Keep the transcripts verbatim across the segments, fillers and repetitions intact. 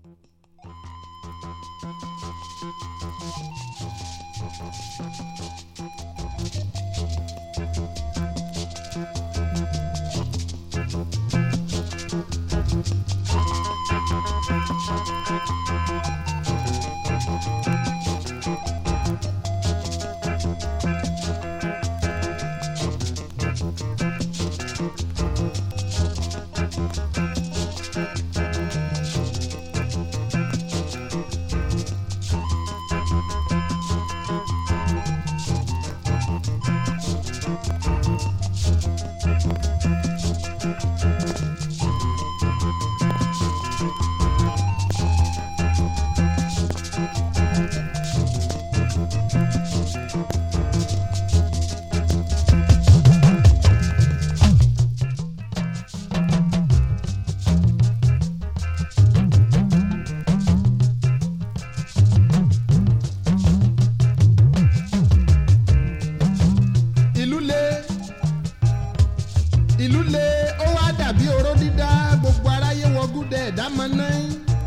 ìlú le ó wá dàbí oró dídá gbogbo aráyé wọgúdẹ ẹ̀dá mọ náà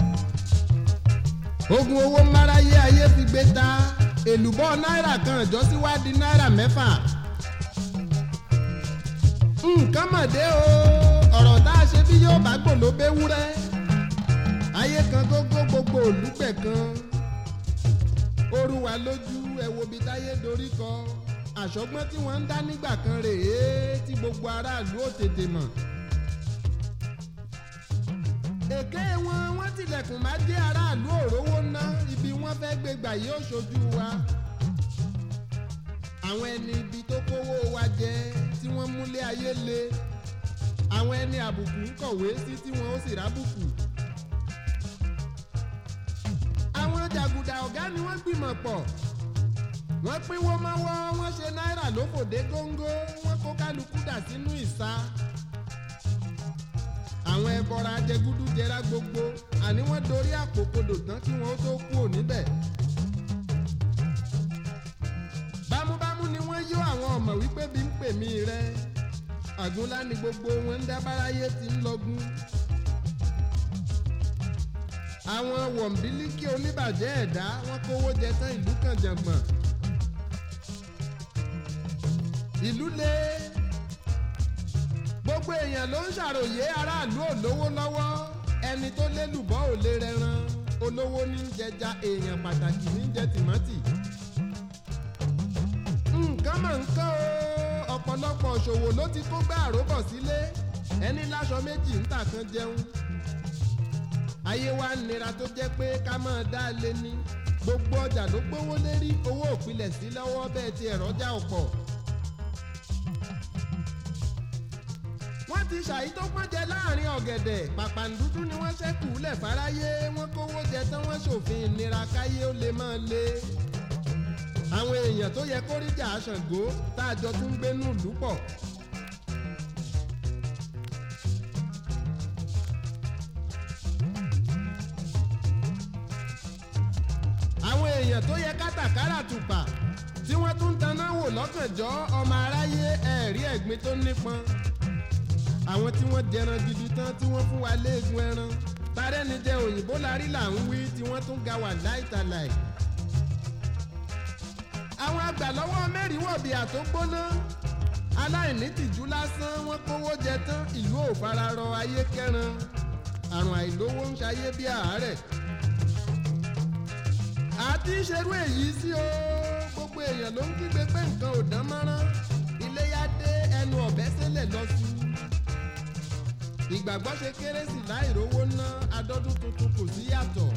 ogun owó máráyé ayé fi gbé ta èlùbọ́ náírà kan ìjọ́sí wá di náírà mẹ́fà nǹkan mọ̀dé o ọ̀rọ̀ tá a ṣe bí yóò bá gbò ló béwúrẹ́ ayé kan gógó gbogbo olùgbẹ̀ kan oru wa lójú ẹ wo bí táyé dorí kọ àṣọgbọ́n tí wọ́n ń dá nígbà kan rèé tí gbogbo aráàlú ò tètè mọ̀. èké wọn wọ́n tilẹ̀kùn má dé aráàlú òrówó ná ibi wọ́n fẹ́ gbé gbà yóò ṣojú wa. àwọn ẹni ibi tó kówó wa jẹ tí wọ́n múlé ayé le àwọn ẹni àbùkù ń kọ̀wé sí tí wọ́n ó sì rábùkù. àwọn jàgùdà ọ̀gá ni wọ́n gbìmọ̀ pọ̀ wọ́n pínwó mọ́wọ́ wọ́n ṣe náírà lófòdé góńgó wọ́n kó kálukú dà sínú ìsà. àwọn ẹbọra jẹgúdú jẹrá gbogbo àní wọ́n dorí àpòkodò tán kí wọ́n tó kú ò níbẹ̀. bámúbámú ni wọ́n yó àwọn ọmọ wípé bí ń pè mí rẹ àgúnlá ni gbogbo wọn ń dábáráyé ti ń lọgún. àwọn wọ̀nbílíkì oníbàjẹ́ ẹ̀dá wọ́n kówó jẹ tán ìlú kan jàngbọ̀n. ìlú le gbogbo èèyàn ló ń ṣàròyé aráàlú ò lówó lọ́wọ́ ẹni tó lélùbọ́ ò lè rẹran olówó ní jẹja èèyàn pàtàkì ní jẹ tìmọ́tì. nǹkan mọ̀ nǹkan o ọ̀pọ̀lọpọ̀ ṣòwò ló ti kó gbá àróbọ̀ sílé ẹni láṣọ méjì ń tà kan jẹun. ayé wa nira tó jẹ́ pé ká máa dá lé ní gbogbo ọjà ló gbówó lérí owó òpilẹ̀ sí lọ́wọ́ bẹ́ẹ̀ ti ẹ̀rọ já ọ̀pọ̀. wọ́n ti ṣàyí tó pọ́n jẹ láàrin ọ̀gẹ̀dẹ̀ pàpàǹdùdù ni wọ́n ṣẹ́kù lẹ̀ fáráyé wọ́n kówó jẹ tán wọ́n ṣòfin ìnira káyé ó lè máa le. àwọn èèyàn tó yẹ kó ríjà Ṣàngó tá a jọ tún gbénú ìlú pọ̀. àwọn èèyàn tó yẹ kátàkárà tùpà tí wọ́n tún taná wò lọ́kànjọ́ ọmọ aráyé ẹ̀rí ẹ̀gbin tó nípọn. àwọn tí wọ́n jẹran gidi tán tí wọ́n fún wa léegun ẹran tàrẹ́ni jẹ òyìnbó larí là ń wí tí wọ́n tún ga wà láìtàláì. àwọn àgbà lọ́wọ́ mẹ́rìíwọ̀ bíi àtógbóná aláìní tìjú lásán wọ́n kówó jẹ tán ìlú ò fararọ ayé kẹran àrùn àìlówó ń ṣayé bí àárẹ̀. àti ṣerú èyí sí o gbogbo èèyàn ló ń kígbe pé nǹkan ò dán mọ́rán iléyá dé ẹnu ọ̀bẹ sílẹ̀ lọ sí. ìgbàgbọ́ ṣe kérésì láìrówó ná adọ́dún tuntun kò sí yàtọ̀.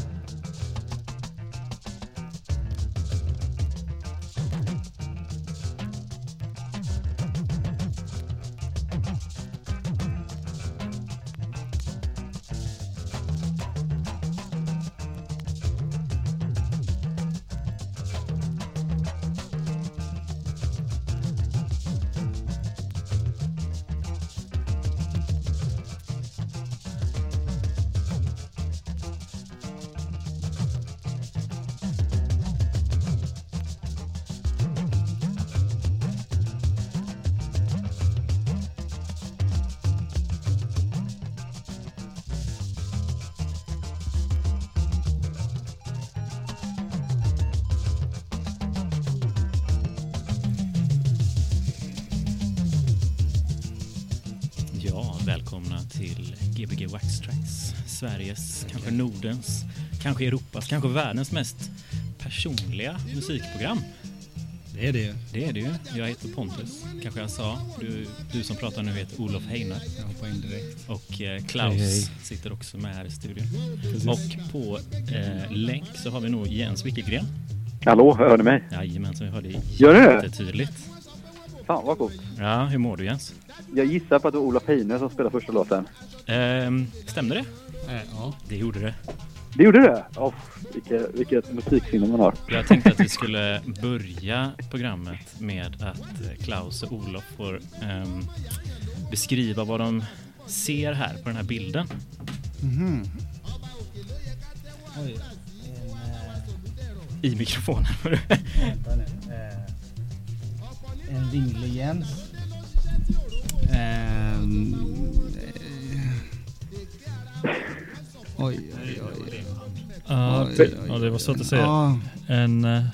välkomna till G B G Wax Tracks, Sveriges, kanske Nordens, kanske Europas, kanske världens mest personliga musikprogram. Det är det. Det är det ju. Jag heter Pontus, kanske jag sa. Du, du som pratar nu heter Olof Heinar. Jag hoppar in direkt. Och eh, Klaus hej, hej. sitter också med här i studion. Precis. Och på eh, länk så har vi nog Jens Wickegren. Hallå, hör ni mig? Jajamensan, vi hör dig Gör det? jättetydligt. Fan vad coolt. Ja, hur mår du Jens? Jag gissar på att det var Olof Heine som spelade första låten. Ehm, stämde det? Äh, ja. Det gjorde det. Det gjorde det? Oh, vilket, vilket musiksinne man har. Jag tänkte att vi skulle börja programmet med att Klaus och Olof får um, beskriva vad de ser här på den här bilden. Mhm. Oj. En, I mikrofonen. äh, vänta nu. Äh, en vinglig Jens. Ähm, äh, oj, oj, oj. Ja, Oj, det, oj, ja, det var svårt att säga. Ja, En, eh,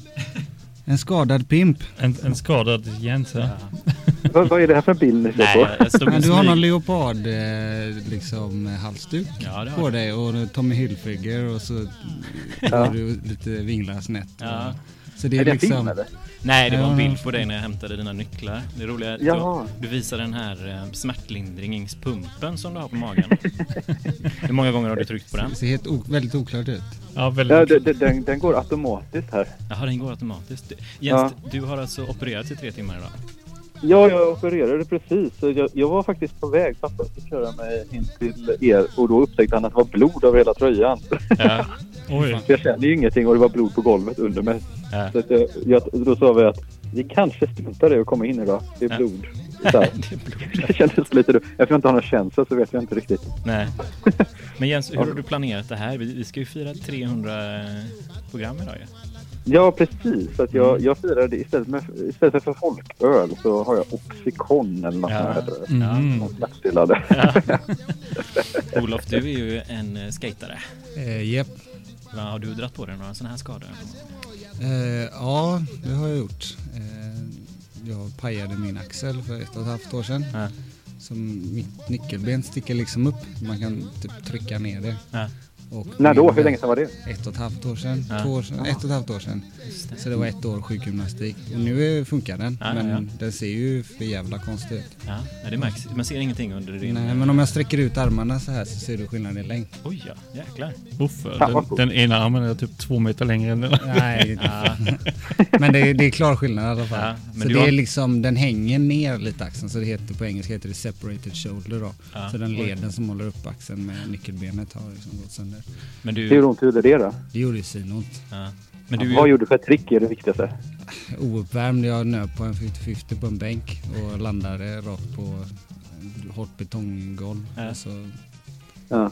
en skadad pimp. en, en skadad Jens. Ja. vad, vad är det här för bild ni ser Nej, på? jag stod Men och du har smyg- någon leopard eh, liksom halsduk Ja, det har på jag. dig och Tommy Hilfiger och så Ja. har du lite vinglar snett. Ja. Så det är, Är det en liksom film eller? Nej, det var en Ja. bild på dig när jag hämtade dina nycklar. Det roliga är att Jaha. du, du visar den här eh, smärtlindringspumpen som du har på magen. Hur många gånger har du tryckt på den? det ser helt o- väldigt oklart ut. Ja, väldigt. Ja, det, det, den, den går automatiskt här. Jaha, den går automatiskt. Jens, du har alltså opererat i tre timmar idag? Ja, jag opererade precis. Så Jag, jag var faktiskt på väg. Pappa skulle köra mig in till er och då upptäckte han att det var blod över hela tröjan. Ja. Oj. Jag kände ju ingenting och det var blod på golvet under mig. Ja. Så att jag, jag, då sa vi att vi kanske struntar det och komma in idag. Det är Ja. blod. Så här. Det är blod. Det kändes lite... Eftersom jag inte har någon känsla så vet jag inte riktigt. Nej. Men Jens, hur har du planerat det här? Vi, vi ska ju fira trehundra program idag ju. Ja, precis. Så att jag, jag firar det istället, med, istället för folköl så har jag Oxycon eller något Ja. sånt här. Mm. Någon smärtstillande. Ja. Olof, du är ju en eh, skatare. Eh, Jepp. Va, har du dratt på dig några sådana här skador? Eh, ja, det har jag gjort. Eh, jag pajade min axel för ett och ett halvt år sedan. Ja. Som mitt nyckelben sticker liksom upp. Man kan typ trycka ner det. Ja. Och När då? min- Hur länge sedan var det? Ett och ett halvt år sedan. Ja. Två år sedan. Ett och ett halvt år sedan. Just det. Så det var ett år sjukgymnastik. Och nu är- funkar den. Ja, ja, men ja. den ser ju för jävla konstigt ut. Ja, nej, det märks. Man ser ingenting under din... Nej, men om jag sträcker ut armarna så här så ser du skillnad i längd. Oj, ja. Jäklar. Uff, Fan, den, vad coolt. den ena armen är typ två meter längre än den andra. Nej, Ja. men det, det är klar skillnad i alla fall. Ja, men så du det har- är liksom, den hänger ner lite axeln, så det heter på engelska heter det separated shoulder då. Ja. Så den leden som håller upp axeln med nyckelbenet har liksom gått sönder. Men du... Hur ont gjorde det då? Det gjorde ju svinont. Ja. Men du... Vad gjorde du för trick är det viktigaste? Ouppvärmd, jag nöp på en femtio femtio på en bänk och landade rakt på hårt betonggolv. Ja. Och så, Ja.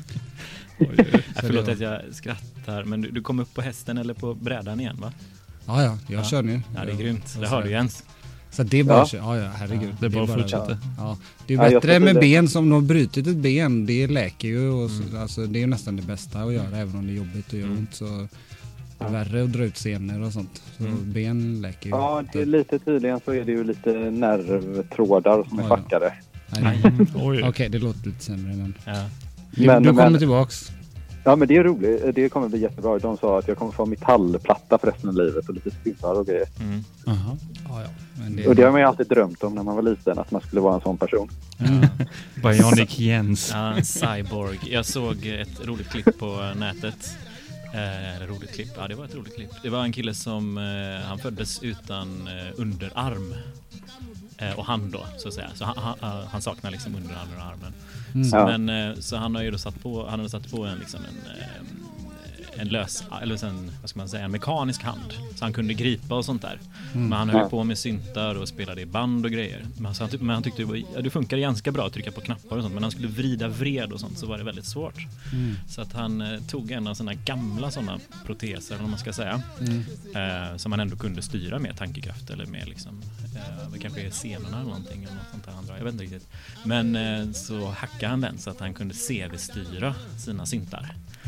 Ja, så förlåt det att jag skrattar, men du, du kom upp på hästen eller på brädan igen, va? ja, ja, jag Ja. kör nu. Ja, det är grymt. Och Det så- hör du Jens. Så det är bara Ja. ja. ja, ja, herregud. Det är bara att fortsätta. Ja, det är Ja, jag bättre ska med säga det. ben som de har brutit ett ben. Det läker ju och så, Mm. alltså, det är ju nästan det bästa att göra även om det är jobbigt och gör Mm. ont. Så det är värre att dra ut senor och sånt. Så Mm. ben läker ju. Ja, det är lite tydligen så är det ju lite nervtrådar som är Ja, ja. fackade. Nej. Mm, oj. Okej, det låter lite sämre men Ja. du, Men- du kommer men- tillbaks. Ja, men det är roligt. Det kommer bli jättebra. De sa att jag kommer få metallplatta för resten av livet och lite spinnar och grejer. Mm. Jaha. Ja, ja. Men det, Och det har man ju alltid drömt om när man var liten, att man skulle vara en sån person. Mm. Bionic Jens. Ja, en cyborg. Jag såg ett roligt klipp på nätet. Eh, eller roligt klipp? Ja, det var ett roligt klipp. Det var en kille som, eh, han föddes utan eh, underarm. Eh, och hand då, så att säga. Så han, han, han saknar liksom underarmen och armen. Mm. Så, Ja. men, eh, så han har ju då satt på, han har satt på en, liksom en, eh, en lös, eller en, vad ska man säga, en mekanisk hand. Så han kunde gripa och sånt där. Mm. Men han höll Ja. på med syntar och spelade i band och grejer. Men, så han, tyck- men han tyckte det, var, ja, det funkar ganska bra att trycka på knappar och sånt. Men han skulle vrida vred och sånt, så var det väldigt svårt. Mm. Så att han eh, tog en av sådana gamla sådana proteser, om man ska säga. Mm. Eh, som man ändå kunde styra med tankekraft eller med liksom, eh, det kanske är senorna eller någonting eller något sånt där andra, jag vet inte riktigt. Men eh, så hackade han den så att han kunde C V-styra sina syntar.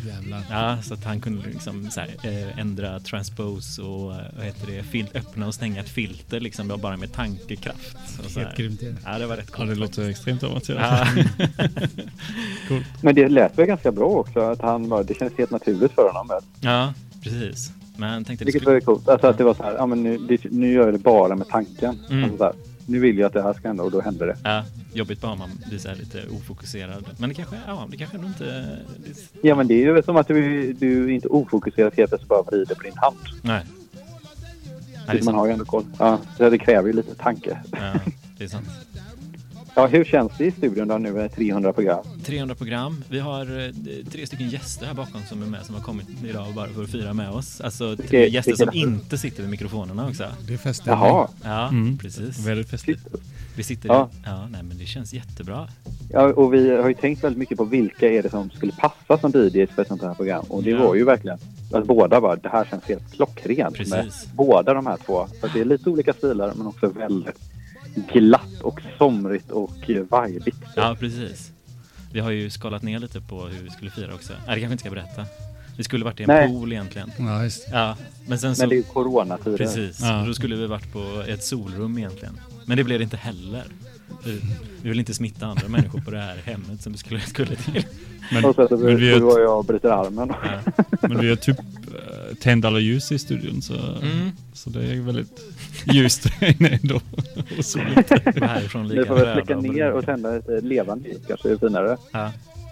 Jävlar. Ja, så att han kunde liksom så här, eh, ändra transpose och eh, vad heter det, fil- öppna och stänga ett filter liksom då bara med tankekraft. Och så Helt här. grymt. Ja, det var rätt Ja, coolt. det låter extremt avancerat. Ja. Coolt. Men det lät väl ganska bra också. Att han var, det känns helt naturligt för honom. Med. Ja, precis. Men jag tänkte det Vilket skulle... var coolt. Alltså att det var så här, ja men nu, det, nu gör jag det bara med tanken. Mm. Alltså så här, nu vill jag att det här ska hända och då händer det. Ja, jobbigt bara om man blir så här lite ofokuserad. Men det kanske, ja, det kanske nog inte... Det... Ja men det är ju som att du, du inte ofokuserat helt plötsligt bara vrider på din hand. Nej. Nej, det är Man har ju ändå koll. Ja, så det kräver ju lite tanke. Ja, det är sant. Ja, hur känns det i studion då nu med trehundra program? trehundra program. Vi har eh, tre stycken gäster här bakom som är med, som har kommit idag bara för att fira med oss. Alltså tre Okej, gäster som vilka- inte sitter vid mikrofonerna också. Det är festen. Jaha. Ja, Mm. precis. Väldigt festligt. Vi sitter Ja. i... Ja, nej men det känns jättebra. Ja, och vi har ju tänkt väldigt mycket på vilka är det som skulle passa som D Js för ett sånt här program. Och det Ja. var ju verkligen att båda bara, det här känns helt klockrent Precis. med båda de här två. Så det är lite olika stilar men också väldigt glatt och somrigt och eh, vibigt. Ja, precis. Vi har ju skalat ner lite på hur vi skulle fira också. Nej, det kanske inte ska berätta. Vi skulle varit i en Nej. pool egentligen. Ja, just. Ja, men sen så... Men det är ju coronatider. Precis, Ja. och då skulle vi varit på ett solrum egentligen. Men det blev det inte heller. Vi, vi vill inte smitta andra människor på det här hemmet som vi skulle, skulle till. Men, Och så, så, men vi så, har så jag bryter armen. Ja. men vi har typ uh, tänd alla ljus i studion så, Mm. så det är väldigt ljust inne ändå. Och soligt. Och härifrån lika Vi får väl röda släcka och ner blåa. och tända ett eh, levande ljus, kanske är finare. Ja.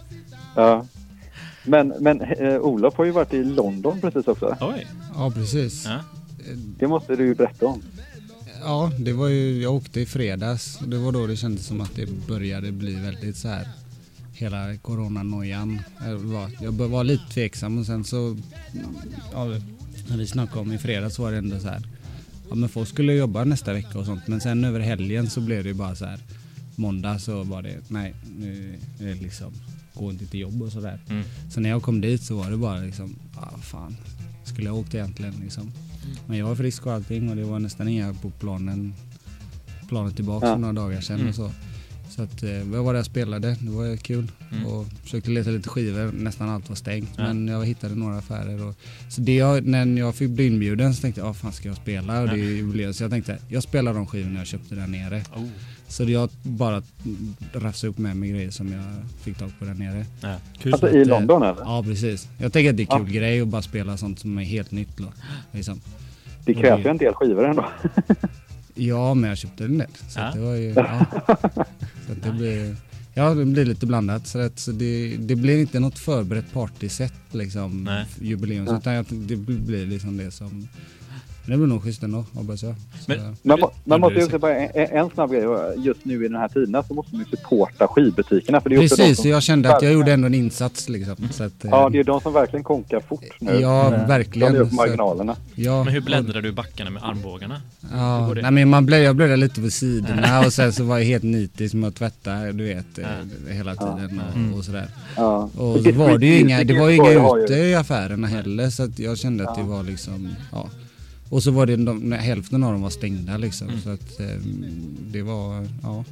Ja. Men, men eh, Olof har ju varit i London precis också. Oj. Ja, precis. Ja. Det måste du ju berätta om. Ja, det var ju, jag åkte i fredags och det var då det kändes som att det började bli väldigt så här, hela coronanojan. Jag var, jag var lite tveksam och sen så, ja, när vi snackade om i fredags var det ändå så här, ja men folk skulle jobba nästa vecka och sånt, men sen över helgen så blev det ju bara så här, måndag så var det, nej, nu är det liksom, gå inte till jobb och sådär. Mm. Så när jag kom dit så var det bara liksom, ja ah, fan, skulle jag åkt egentligen liksom. Men jag var frisk och allting och det var nästan inga på planen planet tillbaka Ja. för några dagar sedan Mm. och så. Så att eh, jag var där och spelade, det var kul Mm. och försökte leta lite skivor, nästan allt var stängt Ja. men jag hittade några affärer och så det jag, när jag fick bli inbjuden så tänkte jag, ah, fan ska jag spela och Ja. det är jubileum, så jag tänkte, jag spelar de skivorna jag köpte där nere. Oh. Så jag bara rafsade upp med mig grejer som jag fick tag på där nere. Ja. Kul. Alltså att, i eh, London eller? Ja, precis. Jag tänker att det är kul Ja. grej att bara spela sånt som är helt nytt då. Liksom. Det krävs ju en del skivor ändå. Ja, men jag köpte den där. Så Ja. att det var ju, ja. Så att det blir, ja, det blir lite blandat. Så, att, så det, det blir inte något förberett partyset liksom, Nej. jubileum. Ja. Utan jag, det blir liksom det som, det blir nog schysst ändå, hoppas jag. Så, Men- Man, må, man måste ju blir också bara, en, en snabb grej, just nu i den här tiden så måste man ju supporta skivbutikerna. För det är också de precis, som, så jag kände att jag gjorde ändå en insats liksom. Så att, ja, det är de som verkligen konkar fort nu. Ja, De verkligen. är upp Så- marginalerna. ja, Men hur bläddrar du i backarna med armbågarna? Hur Ja, går det? nej men man blev, jag blev där lite på sidorna och sen så var jag helt nitisk med att tvätta, du vet, eh, hela tiden och, och sådär. Ja. Och så Vilket var det ju skit- inga, det var ju vilket inga har ju- ute i affärerna heller så att jag kände att det var liksom, ja. Och så var det, de, när hälften av dem var stängda liksom så att eh, det var, ja.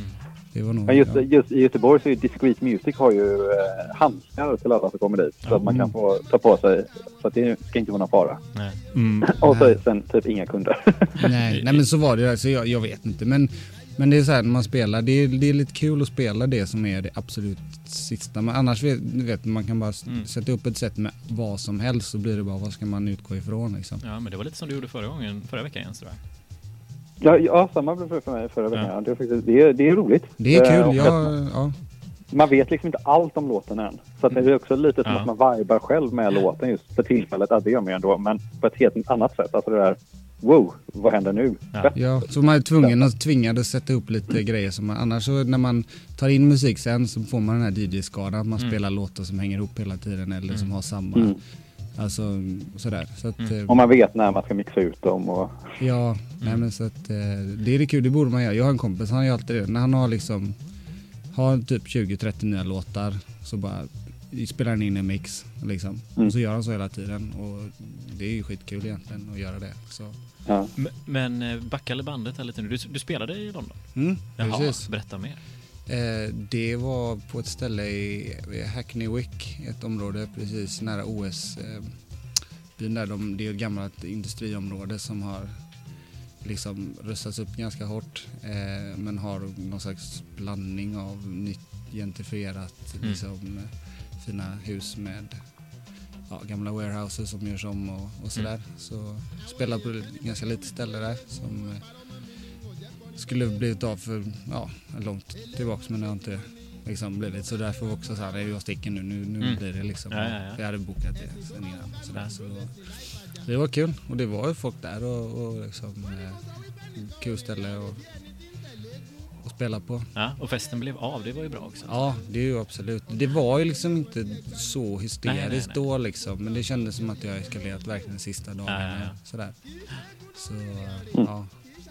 Det var nog, Men just, ja. just i Göteborg så är Discreet Music har ju eh, handskar till alla som kommer dit. Så att man kan få ta på sig. Så att det ska inte vara någon fara. Nej. Mm. Och så sen typ inga kunder. Nej, nej men så var det där, så jag, jag vet inte men men det är så här när man spelar, det är, det är lite kul att spela det som är det absolut sista. Men annars vet, du vet man kan bara Mm. sätta upp ett sätt med vad som helst så blir det bara vad ska man utgå ifrån liksom. Ja, men det var lite som du gjorde förra gången, förra veckan Jens, tror jag. Ja, ja samma blev för mig förra veckan. Ja. Ja. Det, är faktiskt, det, är, det är roligt. Det är Eh, och kul, att jag, ja. Man vet liksom inte allt om låten än. Så att det är också lite som Ja. att man vibar själv med låten just för tillfället. Ja, det gör man ju ändå. Men på ett helt annat sätt. Alltså det där, wow, vad händer nu? Ja. Ja, så man är tvungen att tvingade sätta upp lite grejer som man, annars så när man tar in musik sen så får man den här D J-skadan att man Mm. spelar låtar som hänger ihop hela tiden eller som har samma, Mm. alltså sådär. Så att, Mm. eh, Och man vet när man ska mixa ut dem. Och... ja, nej men så att eh, det är det kul, det borde man göra. Jag har en kompis, han gör alltid det. När han har liksom, har typ tjugo trettio nya låtar så bara spelar han in en mix liksom. Mm. Och så gör han så hela tiden och det är ju skitkul egentligen att göra det. Så. Ja. Men, men eh, backa eller bandet här lite nu. Du, du spelade i London? Mm, Jaha, precis. berätta mer. Eh, det var på ett ställe i, i Hackney Wick, ett område precis nära O S. Eh, byn där de, det är ett gammalt industriområde som har liksom rustats upp ganska hårt, eh, men har någon slags blandning av nytt gentrifierat Mm. liksom, fina hus med ja, gamla warehouses som görs om och, och sådär. Mm. Så spelar på ett ganska litet ställe där som eh, skulle blivit av för ja, långt tillbaks, men det har inte liksom blivit. Så därför var också så här, jag sticker nu, nu, nu Mm. blir det liksom. Ja, ja, ja. Jag hade bokat det sen innan. Så, där, så det var kul och det var ju folk där och, och liksom eh, kul ställe och, och spela på. Ja, och festen blev av, det var ju bra också. Ja, det är ju absolut. Det var ju liksom inte så hysteriskt Nej, nej, nej. då liksom, men det kändes som att jag eskalerat verkligen de sista dagarna. Ja, ja, ja. Sådär. Så eh, ja.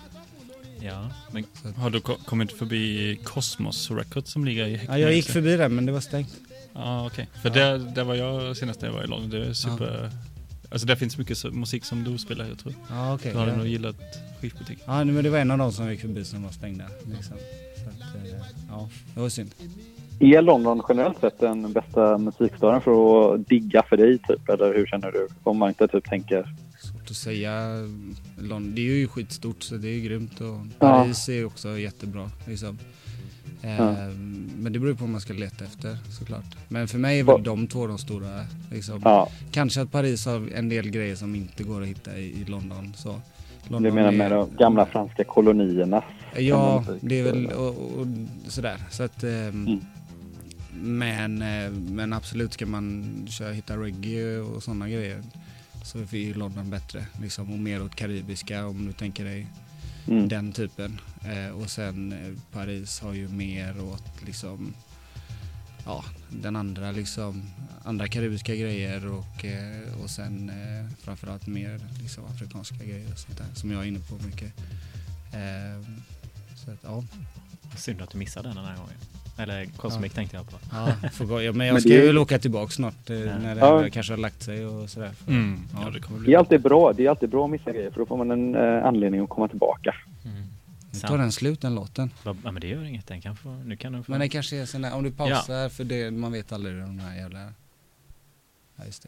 Ja, men Har du ko- kommit förbi Cosmos Records som ligger i Häcken? ja, jag gick förbi där men det var stängt. Ja, okej. För där, där var jag senast när jag var i London. Det är super... Alltså där finns mycket så, musik som du spelar, jag tror. Ja, okej. Du har ja. nog gillat skivbutik. Ja, men det var en av dem som gick förbi som var stängda. Liksom. Så att, eh, ja, det var synd. Är London generellt sett den bästa musikstaden för att digga för dig typ? Eller hur känner du? Om man inte typ tänker... Svårt att säga. London, det är ju skitstort så det är ju grymt. Och Ja. Paris är också jättebra. Liksom. Eh, Ja. Men det beror på vad man ska leta efter såklart. Men för mig är väl de två de stora. Liksom. Ja, Kanske att Paris har en del grejer som inte går att hitta i, i London. Så London du menar är- med de gamla franska kolonierna? Ja, musik. det är väl och, och, sådär. Så att, ehm, Mm. men, eh, men absolut ska man köra, hitta reggae och sådana grejer så är ju London bättre. Liksom, och mer åt karibiska om du tänker dig Mm. den typen. Eh, och sen eh, Paris har ju mer åt liksom, ja, den andra liksom, andra karibiska grejer och, eh, och sen eh, framförallt mer liksom, afrikanska grejer och sånt där som jag är inne på mycket. Eh, så att, ja. synd att du missade den här gången. Eller Cosmic Ja. tänkte jag på. Ja, får gå. Ja, men jag Men ska det- ju åka tillbaka snart eh, Ja. när det Ja. kanske har lagt sig och sådär. Mm. Ja. Ja, det kommer Det bli... är alltid bra. Det är alltid bra att missa grejer för då får man en eh, anledning att komma tillbaka. Mm. Nu tar Sant. den slut den låten. Ja, men det gör inget. Den kan få, nu kan den få... Men det kanske är sån där, om du pausar för det, man vet aldrig de här jävla... Ja, just det.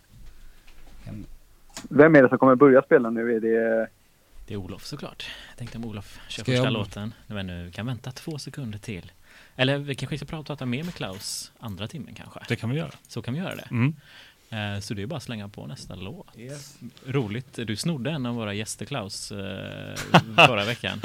En, Vem är det som kommer börja spela nu? Är det... Det är Olof såklart. Jag tänkte om Olof kör Ska första jag- låten. Men nu kan vänta två sekunder till. Eller vi kanske ska prata mer med Klaus andra timmen kanske. Det kan vi göra. Så kan vi göra det. Mm. Eh, Så det är bara att slänga på nästa låt. yes. Roligt. Du snodde en av våra gäster Klaus eh, förra veckan.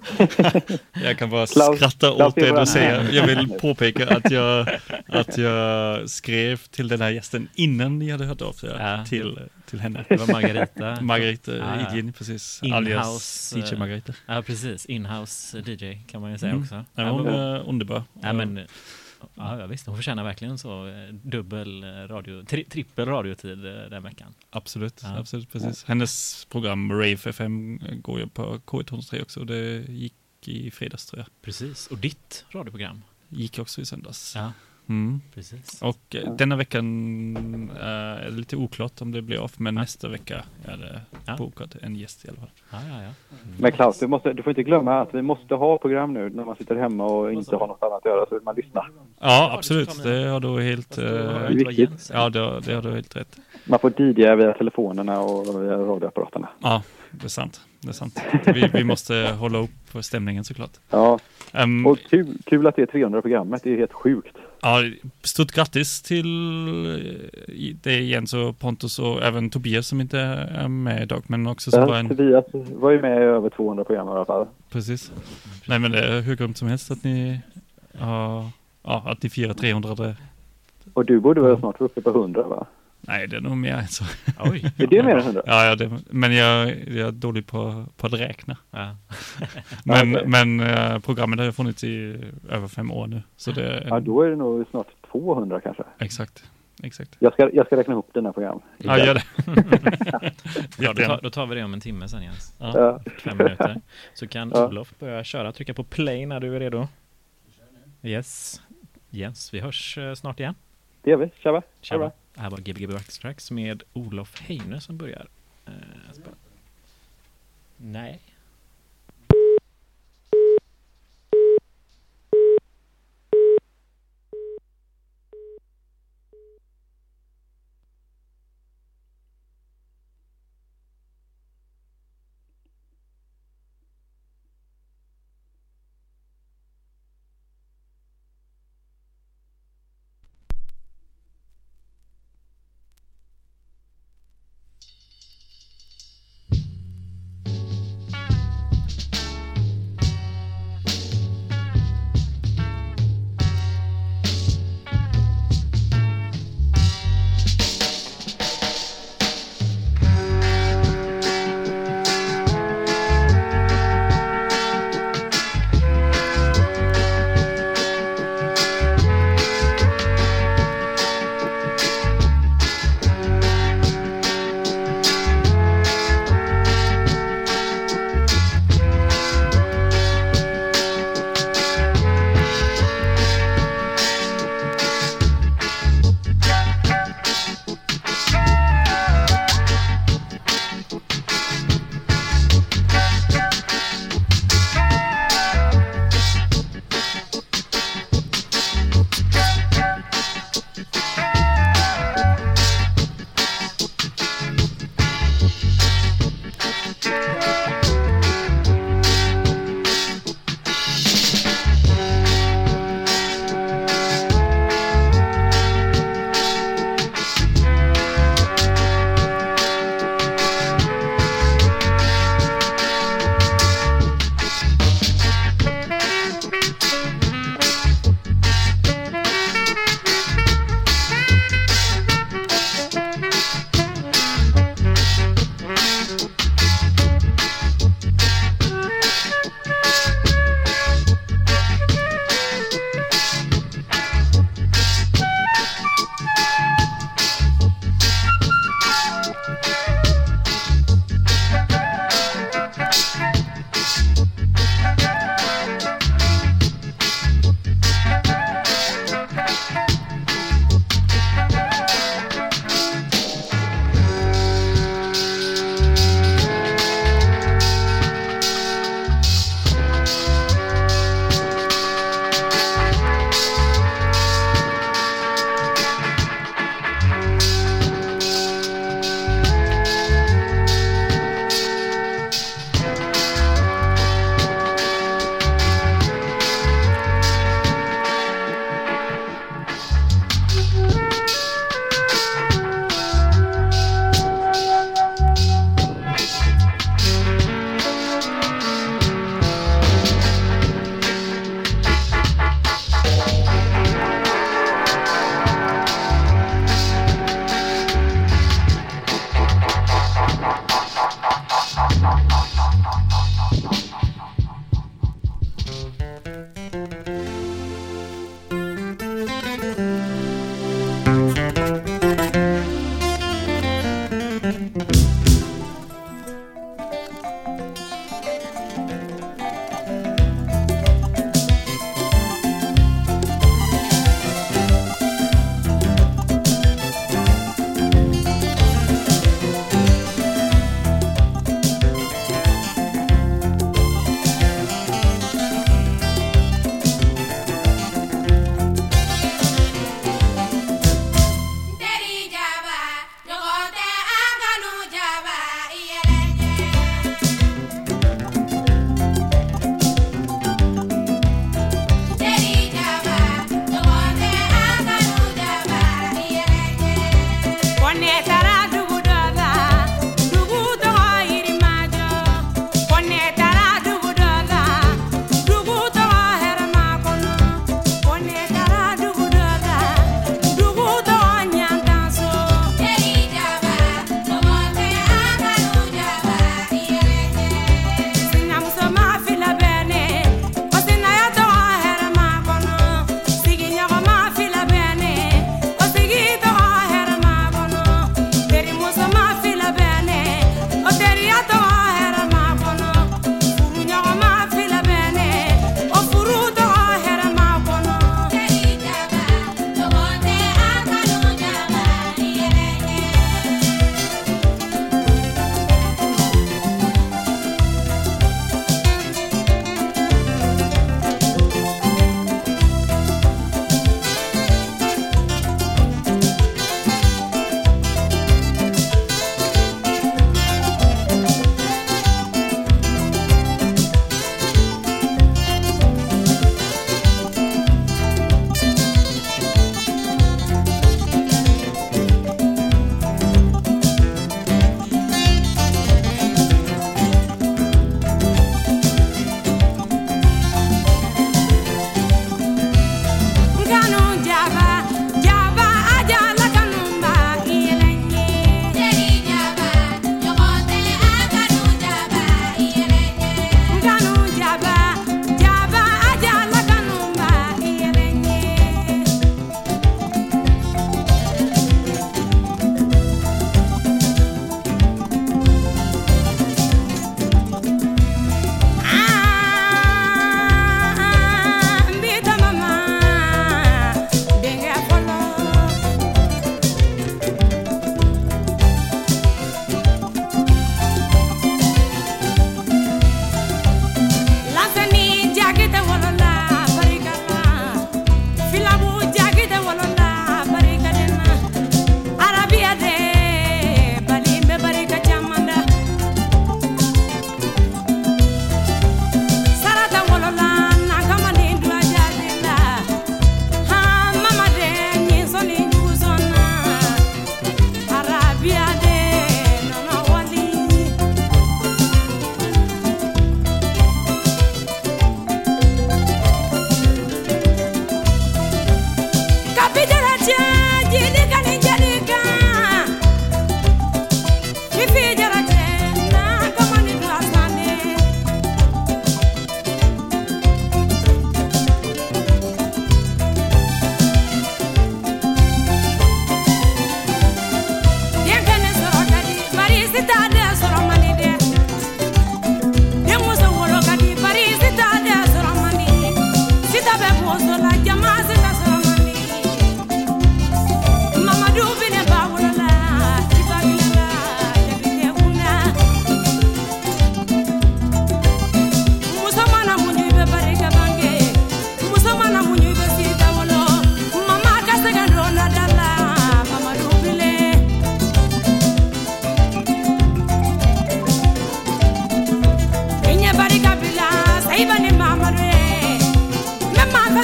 Jag kan bara Klaus- skratta Klaus åt det är vår- du säger. Jag vill påpeka att jag, att jag skrev till den här gästen innan ni hade hört av er Ja. till, till henne. Det var Margareta. Margareta Ja, ja. Idgin, precis. In-house, Alias D J eh, Margareta. Ja, precis. In-house D J kan man ju säga Mm. också. Ja, Ja, hon men, var underbar. ja, men, ja, visst. Hon förtjänar verkligen så eh, dubbel eh, radio, tri, trippel radiotid eh, den veckan. Absolut, Ja. absolut, precis. Hennes program Rave F M går ju på K ett hundra tre också. Det gick i fredags tror jag. Precis. Och ditt radioprogram. Gick också i söndags. Ja, Mm. precis. Och eh, denna veckan eh, är det lite oklart om det blir av, men Ja. nästa vecka är det Ja. bokat en gäst i alla fall. Ja, ja, ja. Men Klaus, du, måste, du får inte glömma att vi måste ha program nu när man sitter hemma och inte har något annat att göra så vill man lyssna. Ja, du absolut. ska ta med. Det har du helt, Fast då hör jag eh, inte vad viktigt. Jens säger. ja, det, har- det har du helt rätt. Man får D J via telefonerna och via radioapparaterna. Ja, det är sant. Det är sant. Vi, vi måste hålla upp stämningen såklart. Ja, Um, och kul, kul att det är trehundra programmet. Det är helt sjukt. ja, stort grattis till eh, det Jens och Pontus och även Tobias som inte är med idag, men också som var Ja, en... Tobias var ju med i över tvåhundra program i alla fall. Precis. Nej, men det är hur grymt som helst att ni har... Ja, att ni firar trehundra. Och du borde väl snart vara uppe på hundra, va? Nej, det är nog mer än så. Oj. Är det mer än hundra? Ja, ja det, men jag, jag är dålig på, på att räkna. Ja. Men, Okej. men eh, programmet har ju funnits i över fem år nu. Så det är... Ja, då är det nog snart tvåhundra kanske. Exakt, exakt. Jag ska, jag ska räkna ihop dina program. Ja, gör det. Ja, då, tar, då tar vi det om en timme sen Jens. Ja. Ja. Fem minuter. Så kan Ja. Olof börja köra. Trycka på play när du är redo. Yes. Jens, vi hörs eh, snart igen. Det gör vi. Tja, va? Tja. Tja, va? Det här var G B G Backstracks med Olof Heine som börjar. Eh, spela. Nej.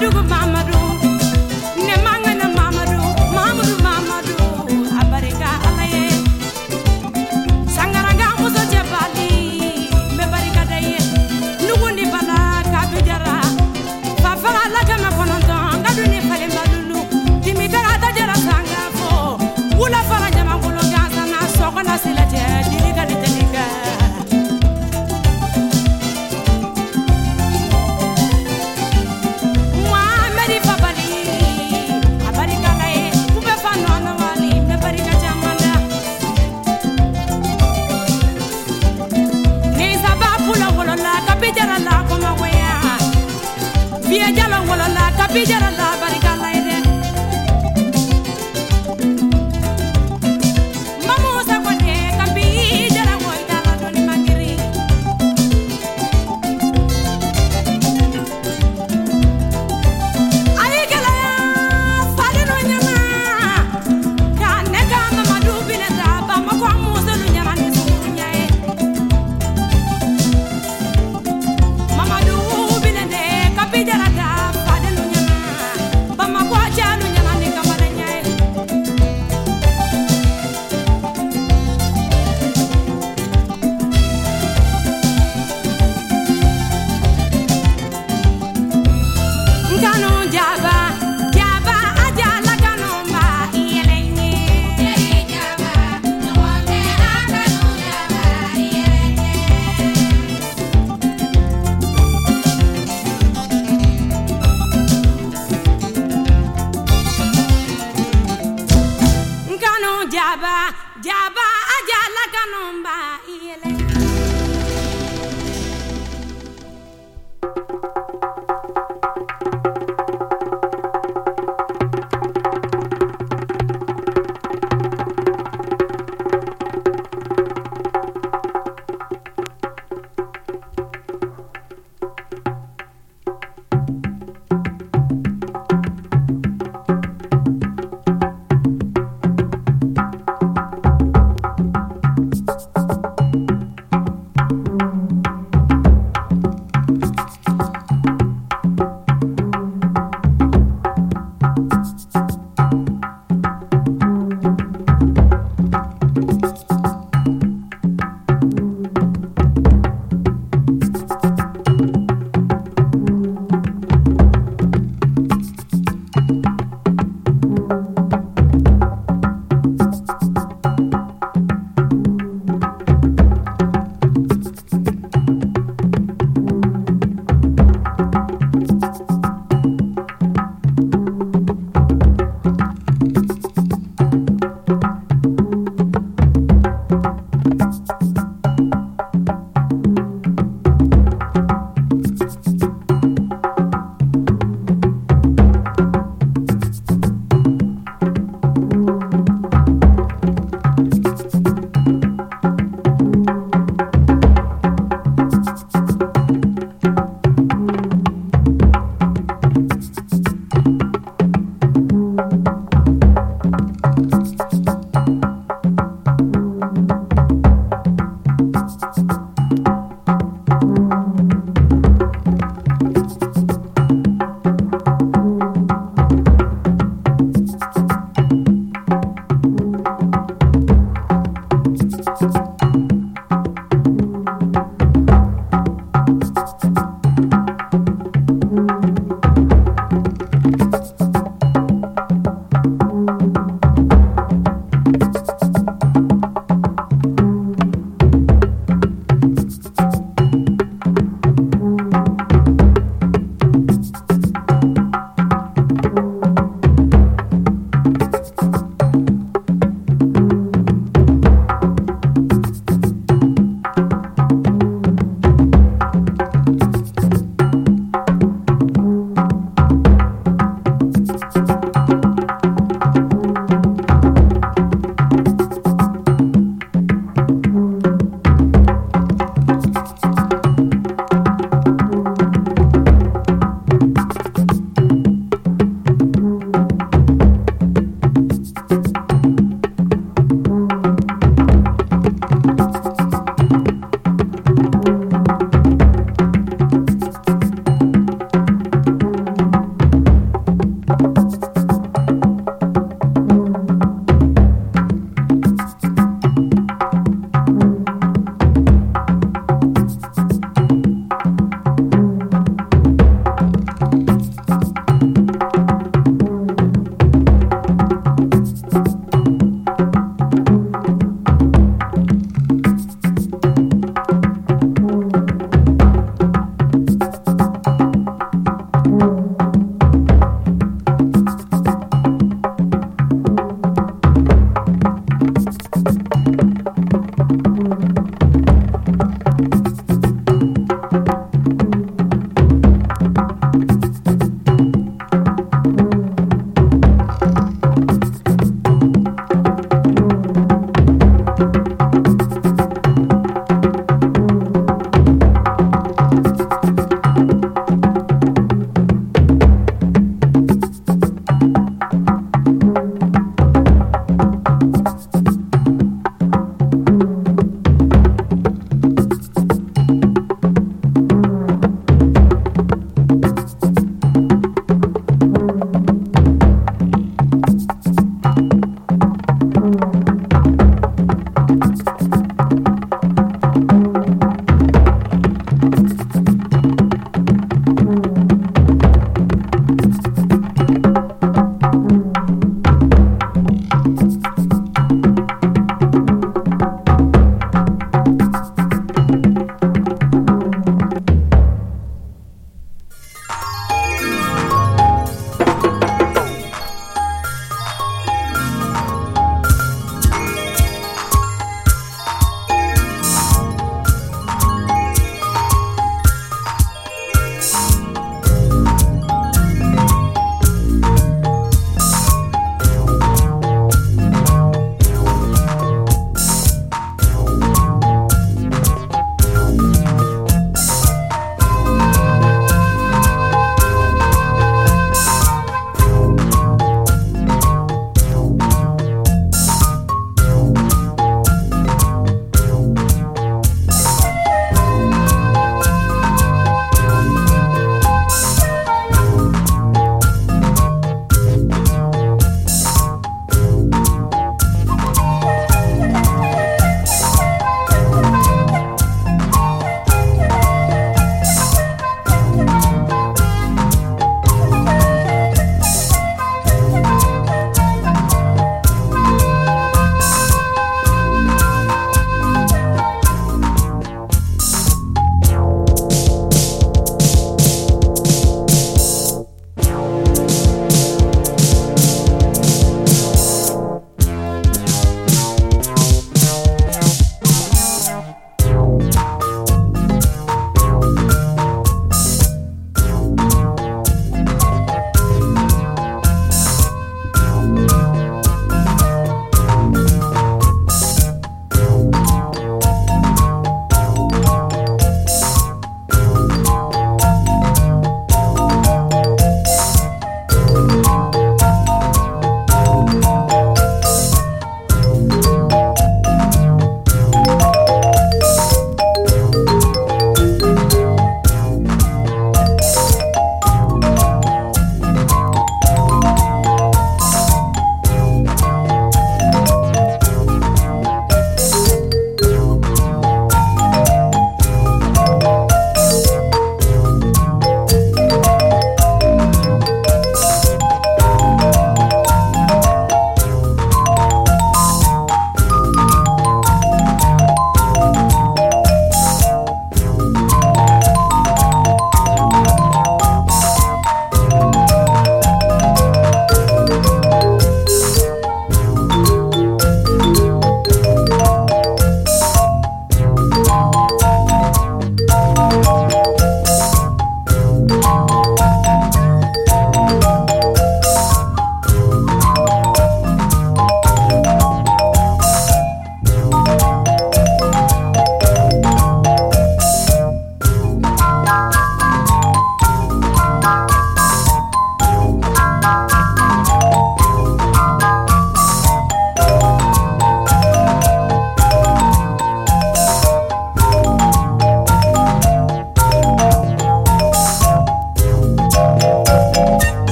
Mamadou Mamadou ne mangana Mamadou Mamadou Mamadou abarika alaye Sangaranga muso jebali me barika daye nugundi bala kabijara fa fa la kama kononto ngadu ni fale balulu timidara tajara sanga fo wula fara jama ngolo gaza na sokona silate diriga diteliga Via jalo wala la kapijara la barika la ide Mamu sa kwate kapijara moita la doni magiri Ayi kala fadi no nyama Kane ka Mamadou bineta ba mako muso lu nyama ni sunya e Mamadou binene kapijara da fadi no nyama ba mako chalu nyama ni kamana nyae Ngano jaba jaba ajala kanomba iyelenye jaba nwonde akanu jaba iyelenye Ngano jaba jaba ajala kanomba iyelenye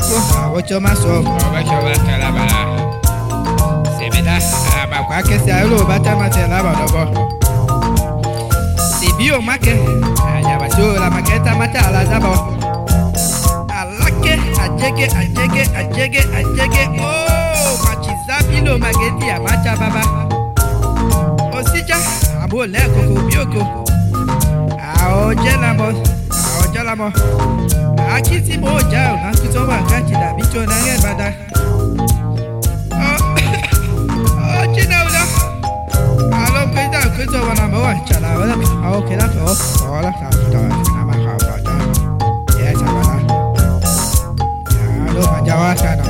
ko awocho maso awocho makala bala sebeda abakwa kesi alo bata matela badobo sibio make aya basura maketa matala zabo alake ajege ajege ajege ajege oh machizabilo mageti ya macha baba osija abole koko bioko aojela mo aojela mo akiti moja na kutoba kati da bicho na ngebada oh china ulo alo kwenda kutoba na mo chala wala au kila ko wala ka ta na ma ka ta yes abala alo majawa sana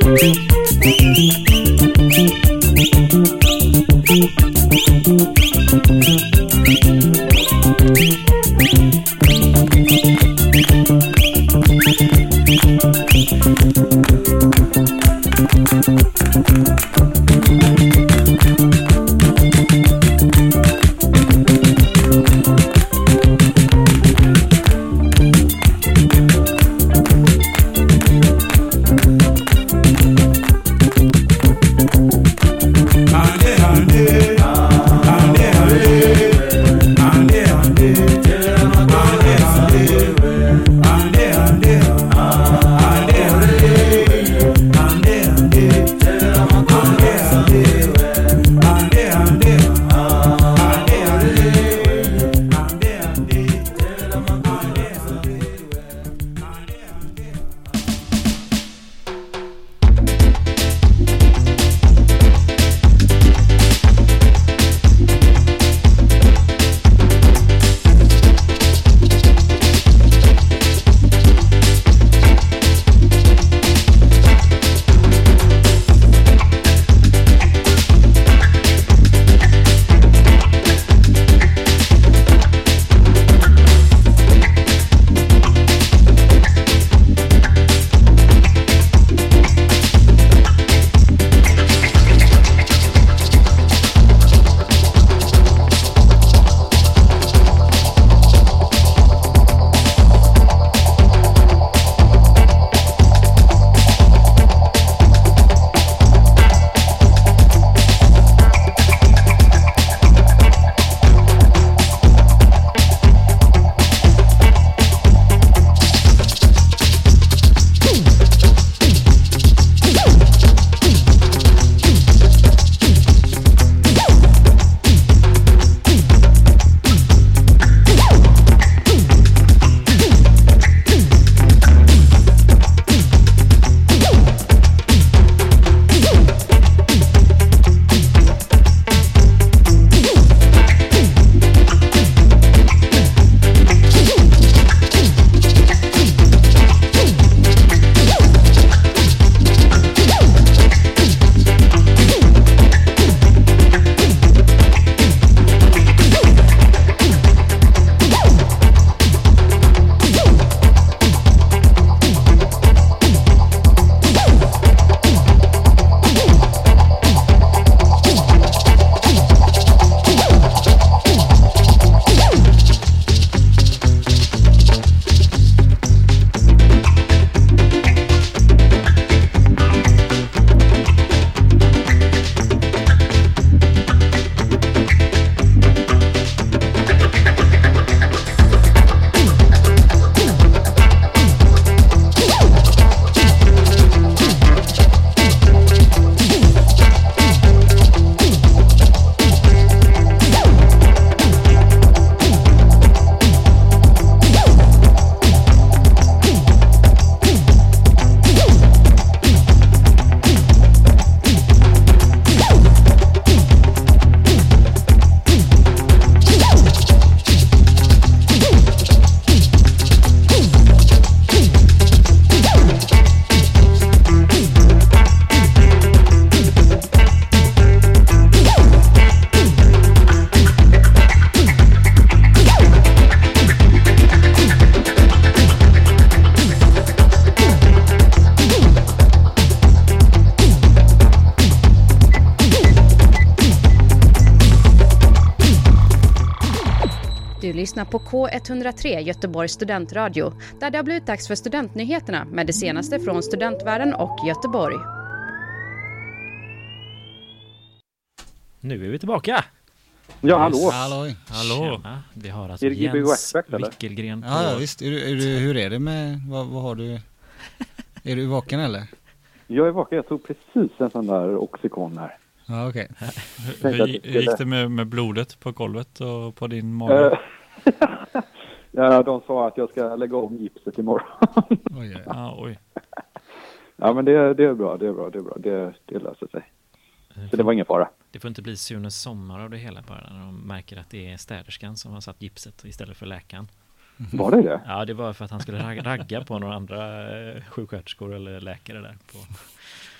Du lyssnar på K ett noll tre Göteborgs studentradio, där det har blivit dags för studentnyheterna med det senaste från studentvärlden och Göteborg. Nu är vi tillbaka. Ja, hallå. Hallå. Hallå. Tjena. Vi har alltså Är det G B Jens Waxback, eller? Wickelgren på... Ja, ja visst. Är du, är du, hur är det med, vad, vad har du? Är du vaken eller? Jag är vaken, jag tog precis en sån där Oxycon här. Ja, okej. Hur, hur gick det med, med blodet på golvet och på din mage? Ja, de sa att jag ska lägga om gipset imorgon. Oj, oj. Ja, oj. Ja, men det, det är bra, det är bra, det är bra. Det, det löser sig. Så det var ingen fara. Det får inte bli Sunes sommar av det hela bara när de märker att det är städerskan som har satt gipset istället för läkaren. Var det det? Ja, det var för att han skulle ragga på några andra sjuksköterskor eller läkare där på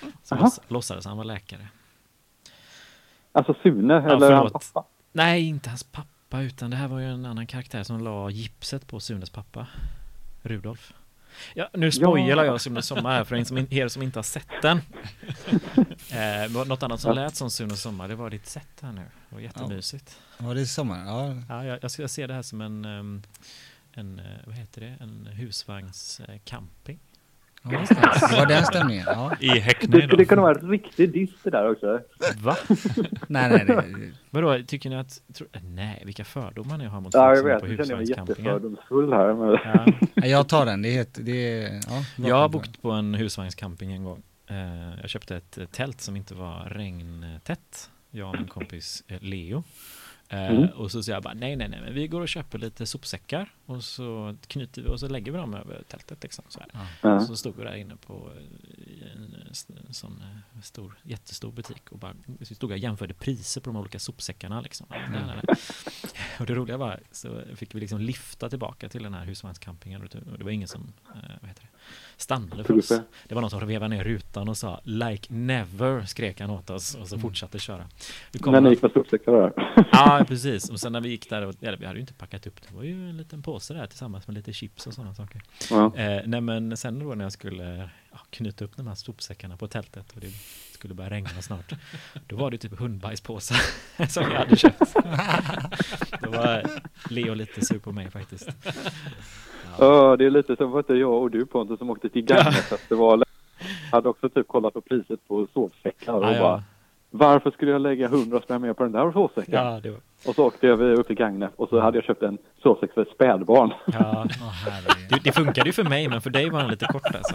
Så loss, låtsades han var läkare. Alltså Sune, Ja, eller hans förlåt. pappa? Nej, inte hans pappa, utan det här var ju en annan karaktär som la gipset på Sunes pappa, Rudolf. Ja, nu spoilar jag Sunes sommar här för er som, er som inte har sett den. Eh, något annat som lät som Sunes sommar, det var ditt sätt här nu. Det var jättemysigt. Var det sommar? Ja. Ja, jag, jag, ska, jag ser det här som en, um, en uh, vad heter det? En husvagnscamping. Ja, just det. Det var den stämningen. Ja. I Häckney Det då. skulle kunna vara en riktig diss det där också. Va? Nej, nej, det, Vadå, tycker ni att... Tro, nej, vilka fördomar ni har mot Ja, folk jag som är vet. på Jag känner mig husvagnscampingar? jättefördomsfull här. Men... Ja. ja, jag tar den. Det är, helt- det är ja, Jag har bott på en husvagnscamping en gång. Eh, jag köpte ett eh, tält som inte var regntätt. Jag och min kompis eh, Leo. Eh, Mm. Och så säger jag bara, nej, nej, nej, men vi går och köper lite sopsäckar. Och så knyter vi och så lägger vi dem över tältet liksom så här. Ja. Så stod vi där inne på eh, en, en sån eh, stor, jättestor butik och bara så stod jag och jämförde priser på de olika sopsäckarna liksom. Nej, nej, nej. Och det roliga var så fick vi liksom lifta tillbaka till den här husvagnscampingen och det var ingen som eh, vad heter det, stannade för oss. Det var någon som vevade ner rutan och sa like never, skrek han åt oss och så fortsatte köra. Vi kom När ni gick med sopsäckar där. Ja, precis. Och sen när vi gick där, och, ja, vi hade ju inte packat upp, det var ju en liten påse där tillsammans med lite chips och sådana saker. Ja. Eh, nej men sen då när jag skulle ja, knyta upp de här sopsäckarna på tältet och det skulle börja regna snart, då var det typ hundbajspåsar som jag hade köpt. Då var Leo lite sur på mig faktiskt. Ja, det är lite som att jag och du Pontus som åkte till Gagnefestivalen hade också typ kollat på priset på sovsäckar och Ja, ja. bara, varför skulle jag lägga hundra spänn mer på den där sovsäcken? Ja, det var... Och så åkte jag upp till Gagnef och så hade jag köpt en sovsäck för ett spädbarn. Ja, Åh, herregud. det, det funkade ju för mig, men för dig var den lite kort alltså.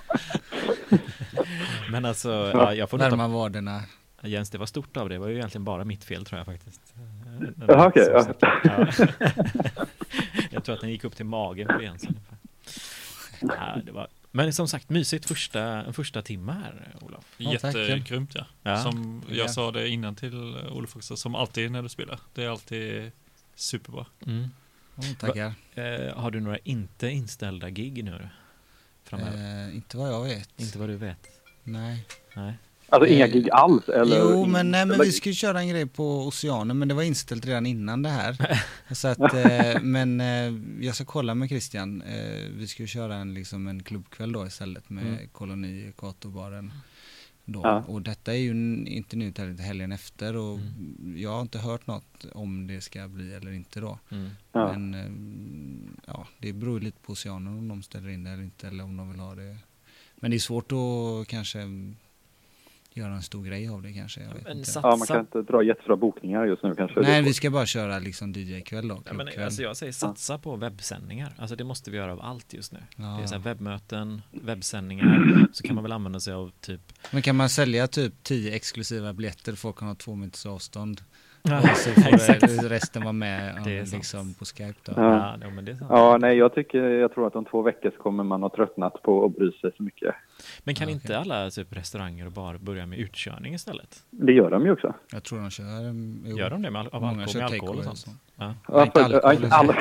Men alltså, ja, jag får nog ta... Värma vaderna. Jens, det var stort av det. Det var ju egentligen bara mitt fel tror jag faktiskt. Jaha, okej, ja. Ja. Jag tror att den gick upp till magen på Jens ungefär. Ja, det var... Men som sagt, mysigt första, en första timme här, Olof. Ja, tack. Jättegrymt, ja. Ja. Som Ja. jag sa det innan till Olof också, som alltid när du spelar. Det är alltid superbra. Mm. Oh, tackar. Eh, har du några inte inställda gig nu framöver? Eh, inte vad jag vet. Inte vad du vet? Nej. Nej. Alltså inga gig alls? Eller Jo, men, nej, men eller- vi skulle köra en grej på Oceanen, men det var inställt redan innan det här. Så att, eh, men eh, jag ska kolla med Christian. Eh, vi ska ju köra en, liksom en klubbkväll då istället med Mm. Koloni, Ekvatorbaren. Då. Ja. Och detta är ju n- inte nu till helgen efter och Mm. jag har inte hört något om det ska bli eller inte då. Mm. Ja. Men eh, ja, det beror lite på Oceanen om de ställer in det eller inte eller om de vill ha det. Men det är svårt att kanske göra en stor grej av det kanske. Jag vet Men inte. satsa... Ja, man kan inte dra jättebra bokningar just nu kanske. Nej, vi ska bara köra liksom D J-kväll då. Ja, men, klubbkväll. alltså jag säger satsa på webbsändningar. Alltså det måste vi göra av allt just nu. Ja. Det är så här webbmöten, webbsändningar. Så kan man väl använda sig av typ... Men kan man sälja typ tio exklusiva biljetter, folk kan ha två meters avstånd. Ja, Och så får exakt. det- resten vara med Det är ja, sant. liksom på Skype då. Ja. Ja, men det är sant. Ja, nej, jag tycker, jag tror att om två veckor så kommer man ha tröttnat på att bry sig så mycket. Men kan Ja, inte okej. alla typ restauranger och bar börja med utkörning istället? Det gör de ju också. Jag tror de kör... um, jo. Gör de det med al- av Många alkohol, kör med alkohol och takeaway sånt? Ja. Ja, inte för- alkohol, inte så- alla.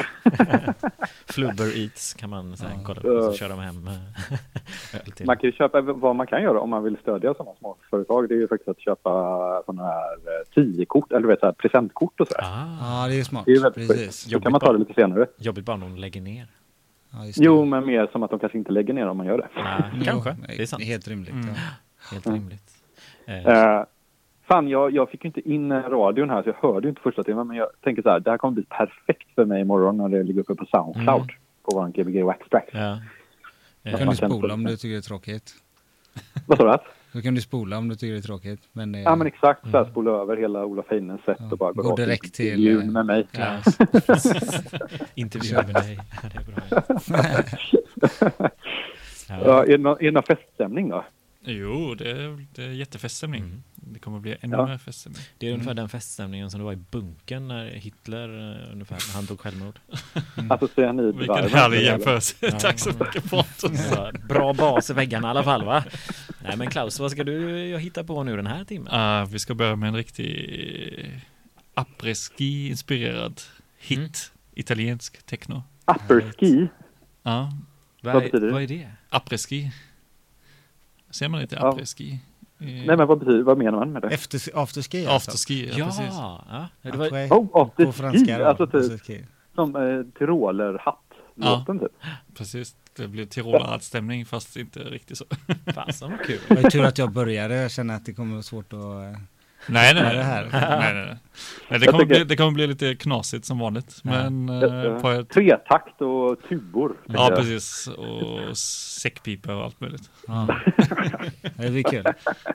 Flubber Eats kan man säga, Ja. kolla på, så kör de hem eh, öl till. Man kan ju köpa, vad man kan göra om man vill stödja sådana små företag, det är ju faktiskt att köpa sådana här eh, tio-kort, eller vet, så här, presentkort och sådär. Ah, Ja, det är smart. Det är ju väldigt Precis. Då kan man ta det lite senare. jobbigt bara om de lägger ner. Ja, just det. Jo, men mer som att de kanske inte lägger ner om man gör det. Nej, Jo, kanske, nej, det är sant. Helt rimligt. Mm. Ja. Helt Mm. rimligt. Eh, Eh, fan, jag, jag fick ju inte in eh, radion här så jag hörde ju inte första timmen, men jag tänker så här, det här kommer bli perfekt för mig imorgon när det ligger uppe på Soundcloud Mm. på vår G B G Waxtrack. ja. Då Eh, kan man du kan spola få- om du tycker det är tråkigt. Vad sa du? Då kan du spola om du tycker det är tråkigt. Men det, Ja, men exakt. Så här, Mm. spola över hela Olof Heines sätt Ja, och bara gå rakt direkt in till, jul eh, med mig. Ja. Intervju med dig. Ja, det är bra. Ja, Ja. är, det någon, är det någon feststämning då? Jo, det är, det är jättefeststämning. Mm. Det kommer bli ännu Ja. mer feststämning. Det är ungefär den feststämningen som det var i bunkern när Hitler eh, ungefär när han tog självmord. Alltså cyanid. Vilken härlig jämförelse. Tack så mycket Pontus. Så, bra bas i väggarna i alla fall, va? Nej, men Klaus, vad ska du jag hitta på nu den här timmen? Ah, vi ska börja med en riktig après-ski-inspirerad hit. Mm. Italiensk techno. Upperski. Ja, vad, vad betyder det? Vad är det? après-ski. Ser man inte Ja. après-ski? Nej, men vad betyder, vad menar man med det? Efter, afterski alltså. Afterski, ja, Ja, precis. ja. Det var, Après, Oh, after på franska då, alltså typ afterski. som eh, Tyroler-hatt-låten typ. Precis. Det blev Tirolerhatt-stämning fast inte riktigt så. fasen vad kul. Det var ju tur att jag började. Jag känner att det kommer vara svårt att... eh, Nej, nej, Vad är nej. det här? nej, nej, nej. nej det, Jag kommer tycker- bli, det kommer bli lite knasigt som vanligt. Men eh, på ett, Tretakt och tubor. ja, tänker jag. precis. Och säckpipa och allt möjligt. Ja. Det blir kul.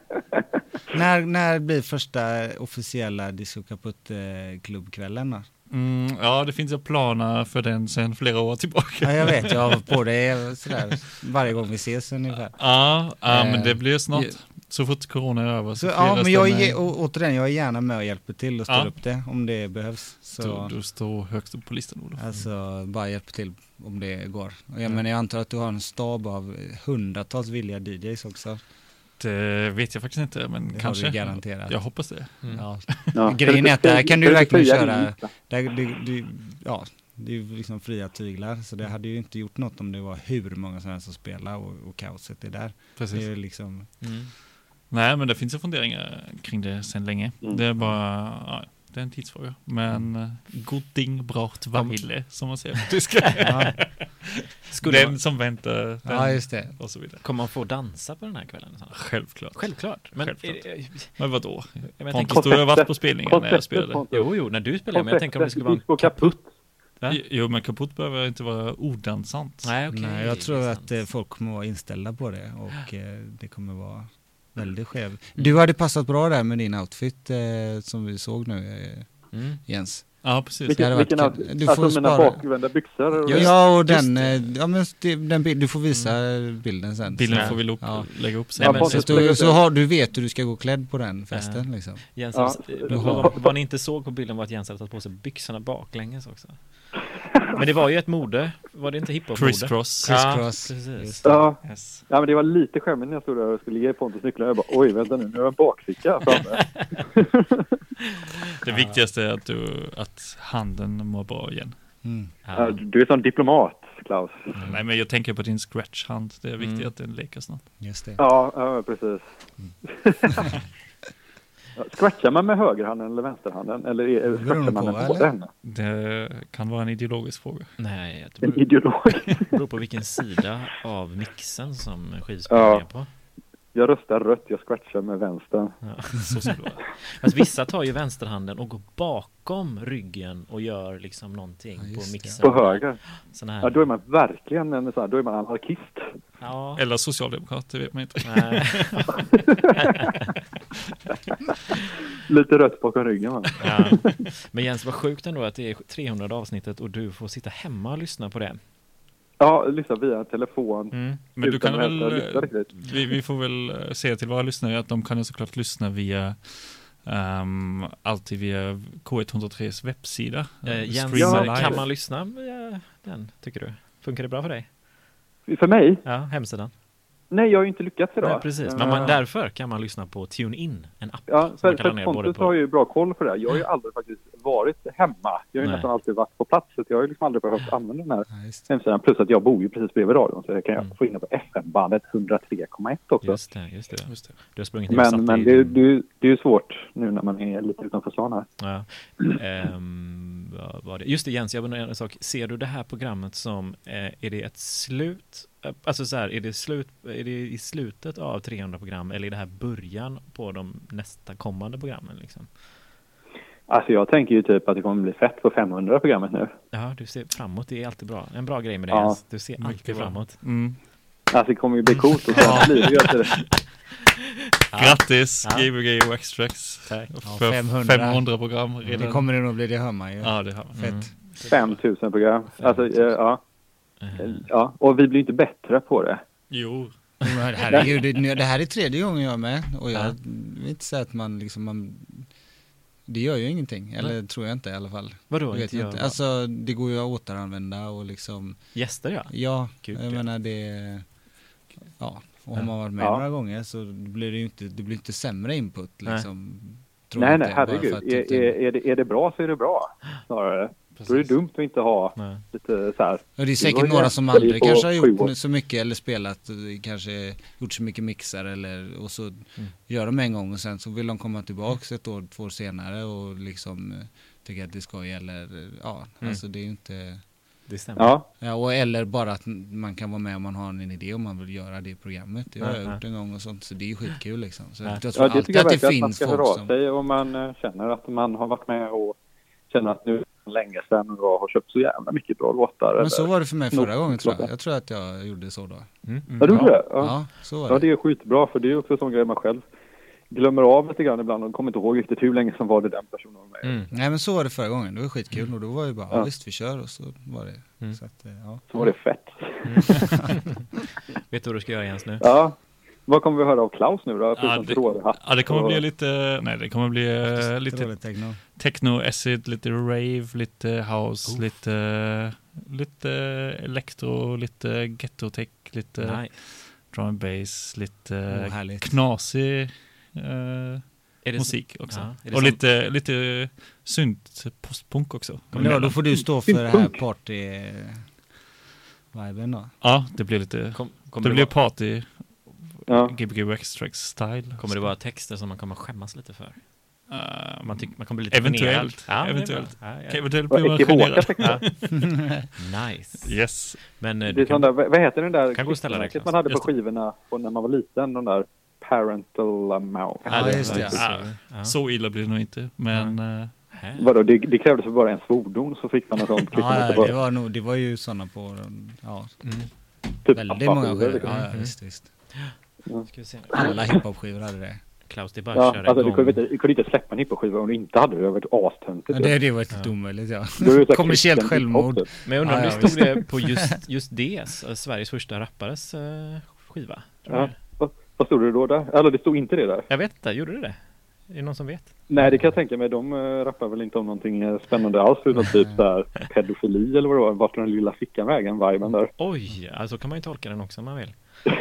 när, när blir första officiella Disco Kaputt-klubbkvällen då? Mm, ja, det finns ju planer för den sedan flera år tillbaka. Ja, jag vet. Jag har på det sådär varje gång vi ses ungefär. Ja, ja men Eh, det blir snart. ju- Så fort corona är över. Så, Så ja, men jag är, är ge- å- återigen, jag är gärna med och hjälper till och står Ja. upp det om det behövs. Så, du, du står högst upp på listan, Olof. alltså, bara hjälp till om det går. Och jag, men jag antar att du har en stab av hundratals villiga D Js också. Det vet jag faktiskt inte, men Det kanske. har du garanterat. Jag hoppas det. Ja. Ja. Grejen är att där kan du Kan verkligen säga köra, det? där, du, du, ja, det är ju liksom fria tyglar. Så det hade ju inte gjort något om det var hur många sådana som spelar och, och kaoset är där. Precis. Det är ju liksom, Mm. Nej, men det finns ju funderingar kring det sedan länge. Mm. Det är bara, ja, det är en tidsfråga. Men mm. god ding braucht Weile, som man säger på tyska. ja, Skulle Den man, som väntar, den, ja, just det. och så vidare. kommer man få dansa på den här kvällen? Självklart. Självklart. Men, Självklart. är det- Men vadå? jag Pontus, tänker, du har varit på spelningar när jag spelade. Pontus. jo, jo, när du spelar, men jag tänker om det skulle vara en Disco Kaputt. Va? Jo, men kaputt behöver inte vara odansant. Nej, okej. Nej, jag tror det är att sant. eh, folk kommer vara inställda på det och eh, det kommer vara väldigt skev. Du hade passat bra där med din outfit eh, som vi såg nu, eh, Mm. Jens. Ja, precis. Det hade Vilken, varit vilken kul. av, Du får alltså mina spara- bakvända byxor. och- Just- ja, och just den, det. eh, ja, men det, den bild, du får visa bilden sen. Bilden Ja. får vi lo- Ja. lägga upp Nej, sen. men Så, Pontus, så, lägg upp så den. har, du vet hur du ska gå klädd på den festen liksom. Jens, Ja. vad, vad, vad ni inte såg på bilden var att Jens hade tagit på sig byxorna baklänges också. Men det var ju ett mode. Var det inte hiphop-mode? Criss-cross. Ja, Criss-cross. precis. Just det. Ja. Yes. Ja, men det var lite skämmigt när jag stod där och skulle ge Pontus nycklarna. Jag bara, oj, vänta nu, nu har jag en bakficka framme. Det viktigaste är att, du, att handen mår bra igen. Mm. Ja, Ja. du är som diplomat, Klaus. Nej, men jag tänker på din scratch-hand. Det är viktigt Mm. att den leker snart. Just det. Ja, ja precis. Ja, scratchar man med högerhanden eller vänsterhanden? Eller är, Beroende scratchar man på, med eller? båda? Det kan vara en ideologisk fråga. Nej, det En beror, ideolog. beror på vilken sida av mixen som skivspelaren Ja. är på. Jag röstar rött, jag scratchar med vänstern. Ja. Så ska det vara. Fast vissa tar ju vänsterhanden och går bakom ryggen och gör liksom någonting Ja, på just det. mixen. På höger. Såna här. Ja, då är man verkligen en sån här, då är man anarkist. Ja. Eller socialdemokrat, det vet man inte. Nej. Lite rött bakom ryggen, va? Ja. Men Jens, vad sjukt ändå att det är trehundrade avsnittet och du får sitta hemma och lyssna på det. Ja, lyssna via telefon. Mm. Men du Utan kan att hälsa, väl, lyssna riktigt. vi, vi får väl eh, säga till våra lyssnare att de kan ju såklart lyssna via um, alltid via K etthundratres webbsida. Eh, Jens, Streama Ja. live. kan man lyssna via den, tycker du? Funkar det bra för dig? För mig? Ja, hemsidan. Nej, jag har ju inte lyckats idag. Nej, precis. Men man, därför kan man lyssna på TuneIn, en app. Ja, som för, man kan ladda för ner både Pontus på. har ju bra koll på det här. Jag har ju aldrig faktiskt varit hemma. Jag har ju Nej. nästan alltid varit på plats. Så jag har ju liksom aldrig behövt använda den här Ja, just det. hemsidan. Plus att jag bor ju precis bredvid radion. Så jag kan Mm. få in det på F M-bandet hundra tre komma ett också. Just det, just det. Just det. Du har sprungit ner och Men, satt men i det, din- det, det är ju svårt nu när man är lite utanför stan här. Ja. Ehm, vad var det? Just det, Jens, jag undrar en sak. Ser du det här programmet som, eh, är det ett slut? eh, Alltså så här, är det, slut, är det i slutet av trehundra program eller är det här början på de nästa kommande programmen liksom? Alltså jag tänker ju typ att det kommer bli fett på femhundra programmet nu. Ja, du ser framåt, det är alltid bra. En bra grej med det, Ja. Jens. Du ser alltid Mycket bra. framåt. Mm. Alltså det kommer ju bli coolt och så blir det ju att det. Grattis, Ja. G V G och X-Trax. Tack. Ja, För femhundra. femhundra program redan. Det kommer det nog bli, det hör man ju. Ja, det har man. Mm. Fett. fem tusen program. Alltså, eh, ja. Eh, ja. Och vi blir inte bättre på det. Jo. Men herregud, det, det här är tredje gången jag är med och jag Ja. vill inte säga att man liksom man, det gör ju ingenting, eller tror jag inte i alla fall. Vadå, Jag vet inte ju jag? inte. Alltså det går ju att återanvända och liksom, Gäster, ja. ja, Gud, jag ja. menar det, ja, och har Ja. man varit med Ja. några gånger så blir det ju inte, det blir inte sämre input Nej. liksom. Tror Nej, jag nej, inte, bara herregud. för att Är, inte- är, är, det, är det bra så är det bra. Snarare. Då är det dumt att inte ha Nej. lite så här. Ja, det är Det säkert var några ju som jättebra aldrig på kanske har sju år. gjort så mycket eller spelat, kanske gjort så mycket mixar eller och så gör de en gång och sen så vill de komma tillbaks ett år, två år senare och liksom eh, tycker att det ska eller ja, Mm. alltså det är ju inte Det stämmer. Ja, ja, och eller bara att man kan vara med om man har en idé om man vill göra det programmet. Det har Ja, jag ja. gjort en gång och sånt så det är ju skitkul liksom. Så Ja. jag tror ja det alltid tycker jag att det verkligen att man finns ska höra folk av som sig om man eh, känner att man har varit med och känner att nu länge sedan och har köpt så jävla mycket bra låtar. Men eller- så var det för mig förra Nå- gången tror jag. låtar. Jag tror att jag gjorde så då. Mm. Ja, du gjorde det? Ja. Ja, så var Ja, det. det är skitbra för det är också en sån grej man själv glömmer av lite grann ibland och kommer inte ihåg riktigt hur länge sedan var det den personen var med. Mm. Nej men så var det förra gången, det var skitkul och då var det bara, ja, Ja. visst vi kör och så var det. Mm. Så att, eh, ja. Så var det fett. Vet du vad du ska göra Jens nu? Ja. Vad kommer vi höra av Klaus nu då? Ja, Förutom det, trådhatt ja, det kommer och- bli lite, nej det kommer bli eh, lite Dåligt techno. techno, acid, lite rave, lite house, Oof. lite lite elektro, lite ghetto-tech, lite Nej. drum and bass, lite Åh, härligt. knasig eh, Är det musik också. Ja, är det Och som- lite, lite synt postpunk också. Men ja, då får du stå för det här party-viben då. Ja, det blir lite, Kom, kommer, det det blir vara, party, Ja. Gbg Extract style. kommer det vara texter som man kommer skämmas lite för? Uh, Man, tycker man kommer bli lite Eventuellt. generad. Ja, det är Eventuellt. bra. Ja, ja. Kan eventuellt Och bli man ekivoka generad. texter. Nice. Yes. Men eh, Det du är sån kan, där, vad heter den där Kan gå och ställa dig, klistermärket Klaus. man hade på Just det. skivorna på när man var liten, de där parental amount. Ja, det- just det. Ja. Ja. Så illa blir det nog inte, men eh, Här. Vadå, det, det krävdes för bara en svordon så fick man en sån Ja, klistermärke ja, på. det var nog, det var ju sådana på, ja, Mm. Typ väldigt pappa- många skivor. Mm. Ja, ja, visst, visst. Ska vi se. Alla hiphop-skivor hade det. Klaus, det är bara Ja, att köra alltså du igång. kunde, inte, du kunde inte släppa en hiphop-skiva om du inte hade det. Det hade varit astöntigt. Ja, det hade varit ett omöjligt, ja. Då är det så här Kommersiellt kristen självmord. hiphop, typ. Men jag undrar om Ja, det ja, stod det på just, just det, eh, Sveriges första rappares eh, skiva. Tror Ja. jag. Vad, vad stod det då där? Eller det stod inte det där. Jag vet inte, gjorde det det? Är det någon som vet? Nej, det kan jag tänka mig. De uh, rappar väl inte om någonting eh, spännande alls utan typ så här pedofili eller vad det var. Vart den lilla fickan vägen, viben där. Oj, alltså kan man ju tolka den också om man vill.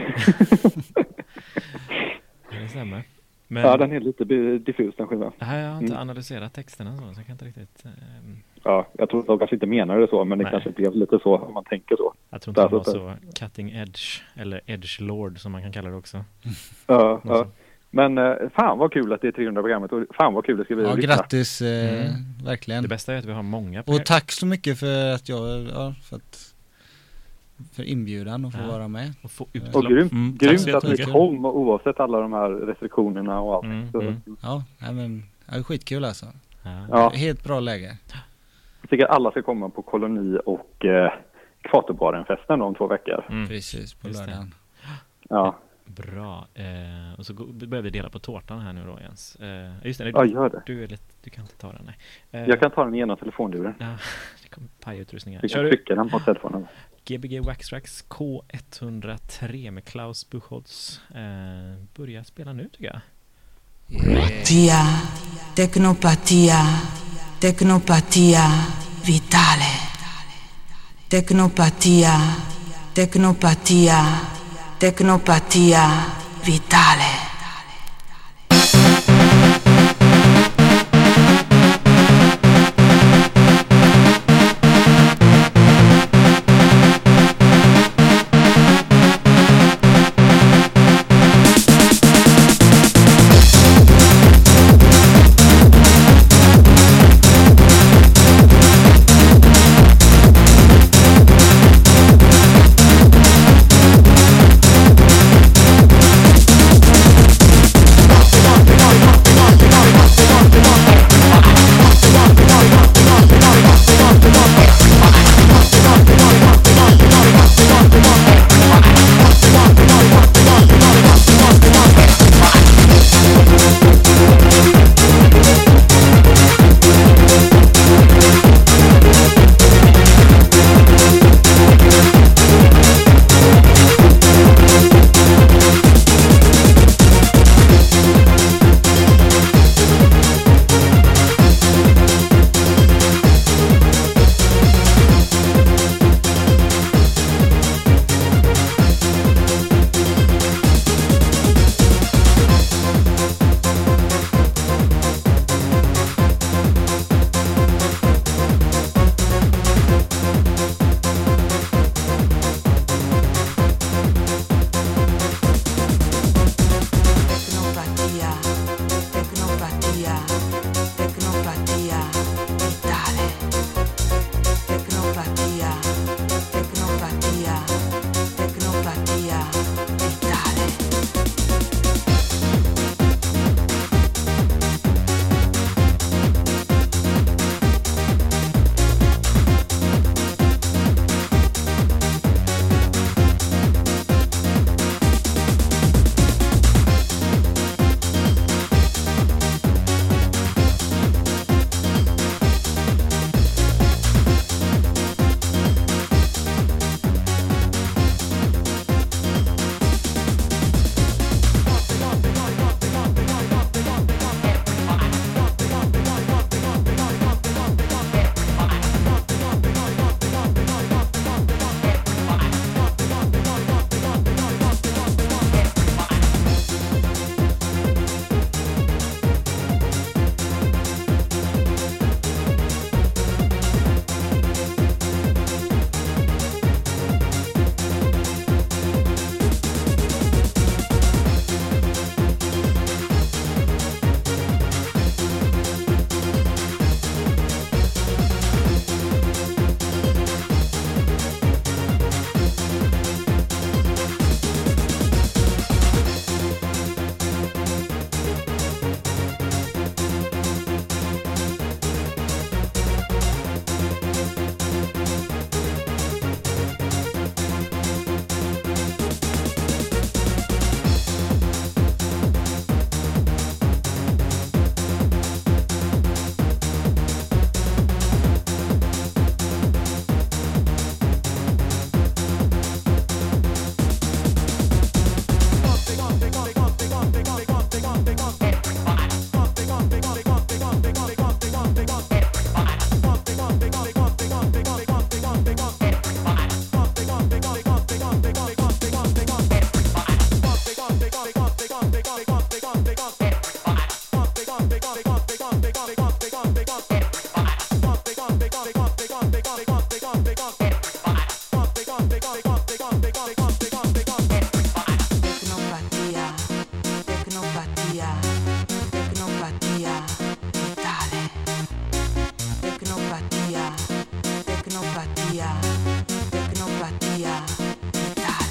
Ja, det stämmer. Men Ja, den är lite be- diffus den skivan. här, jag har inte Mm. analyserat texterna så, så jag kan inte riktigt... ehm, Ja, jag tror att de kanske inte menar det så, men det Nej. kanske blev lite så om man tänker så. jag tror inte de var Därför- så cutting edge, eller edge lord som man kan kalla det också. Ja, ja. Alltså. Men eh, fan vad kul att det är trehundra programmet och fan vad kul det ska bli Ja, att lyssna. grattis, eh, Mm. verkligen. Det bästa är att vi har många Och tack så mycket för att jag, ja, för att för inbjudan och få Ja. vara med. och få Och utlopp. grymt, Mm, tack grymt så att ni jättemycket. kom oavsett alla de här restriktionerna och allt. Mm, Så, mm. Ja, nej, men ja, det är skitkul alltså. Ja. ja, Helt bra läge. jag tycker att alla ska komma på koloni och eh, Kvarterbaren-festen om två veckor. Mm. Precis, på Just det. lördagen. Ja, Bra. Eh, och så gå- börjar vi dela på tårtan här nu då Jens. Eh, just det, ja du, gör det. du, är lite, du kan inte ta den, nej. Eh, Jag kan ta den genom telefonluren. Ja, det kommer pajutrustningar. Vi Kör kan du trycka den på telefonen. G B G Waxtrax K ett noll tre med Klaus Buchholz. Eh, börja spela nu tycker jag. Tia, tecnopatia, tecnopatia vitale. Tecnopatia, tecnopatia, tecnopatia vitale. Tecnopatia, tecnopatia vitale. Tecnopatia, tecnopatia, tecnopatia vitale.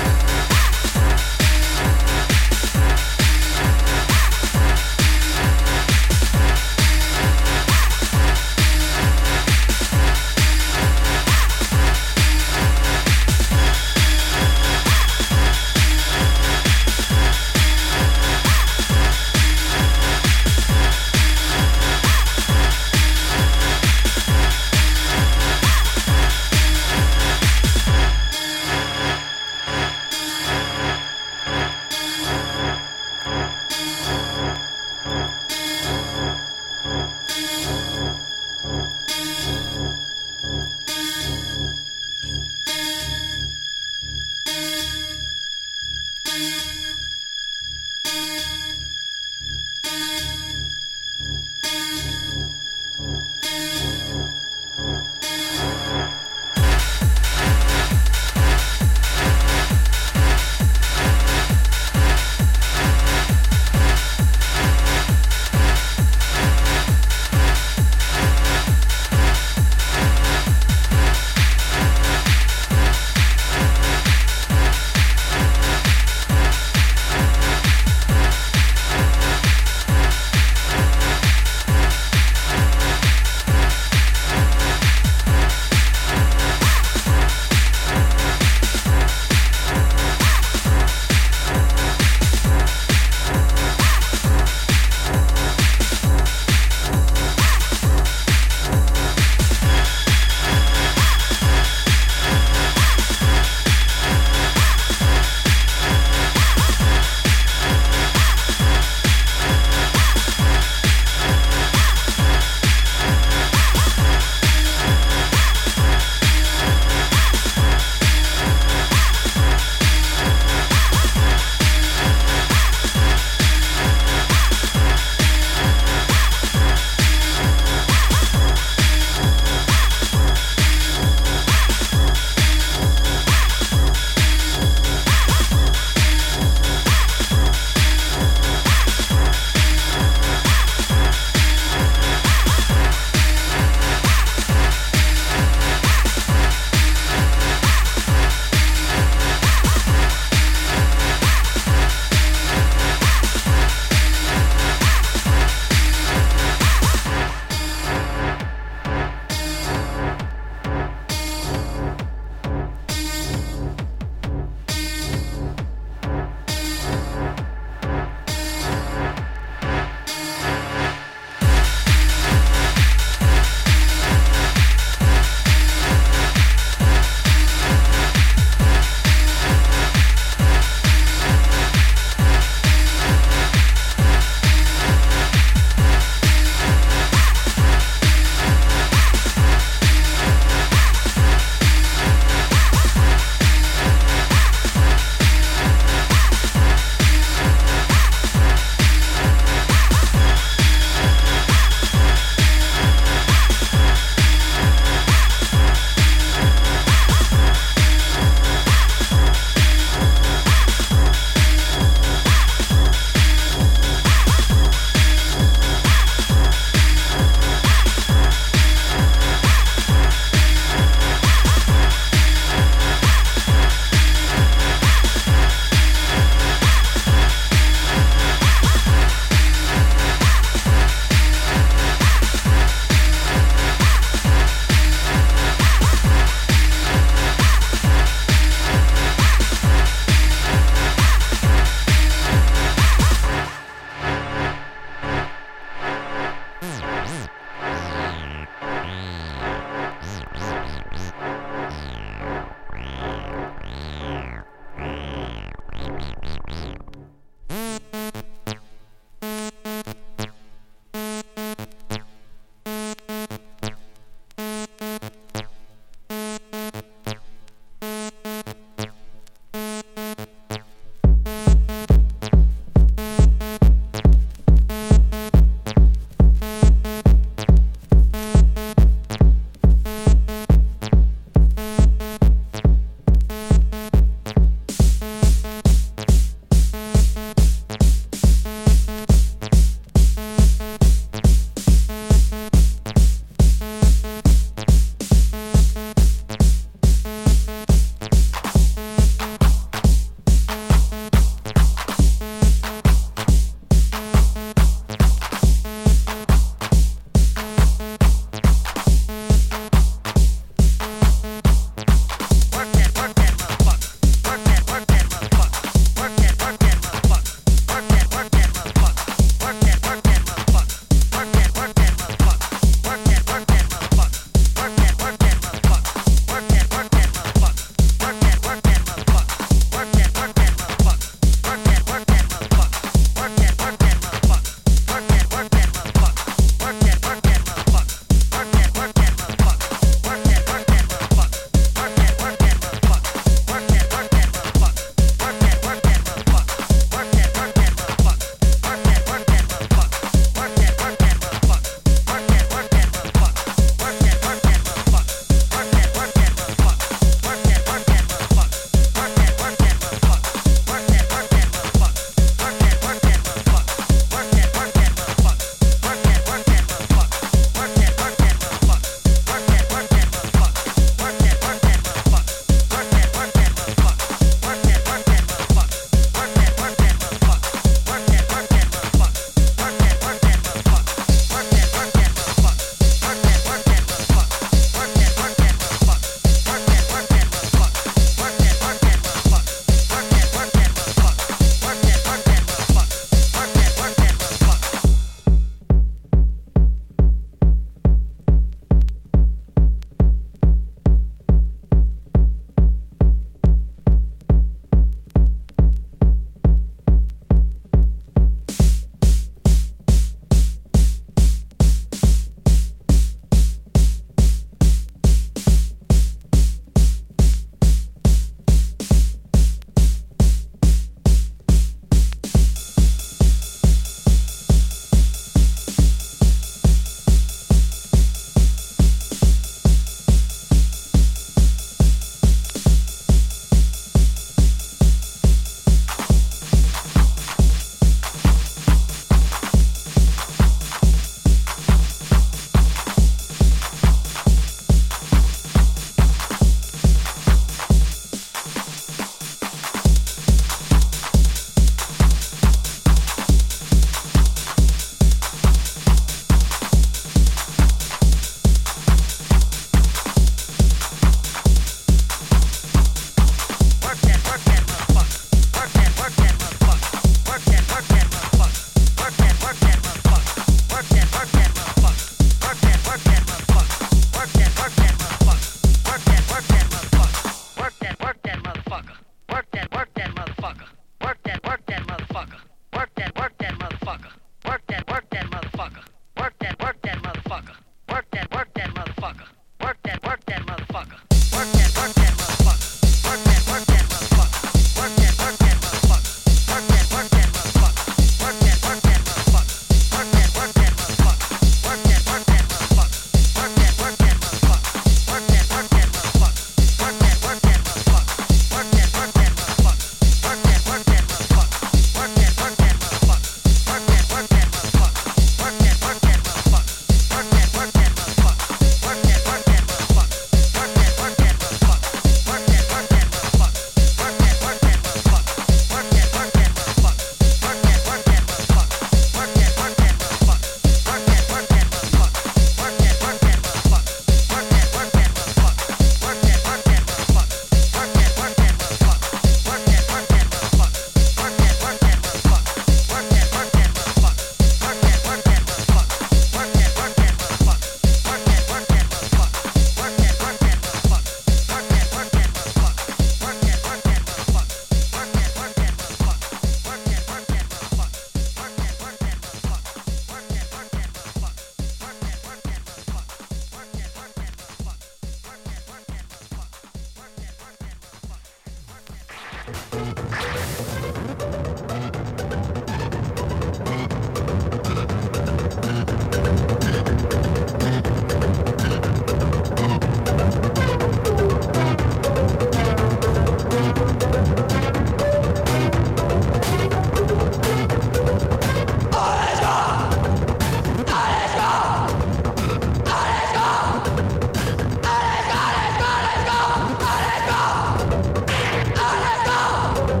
Let's go!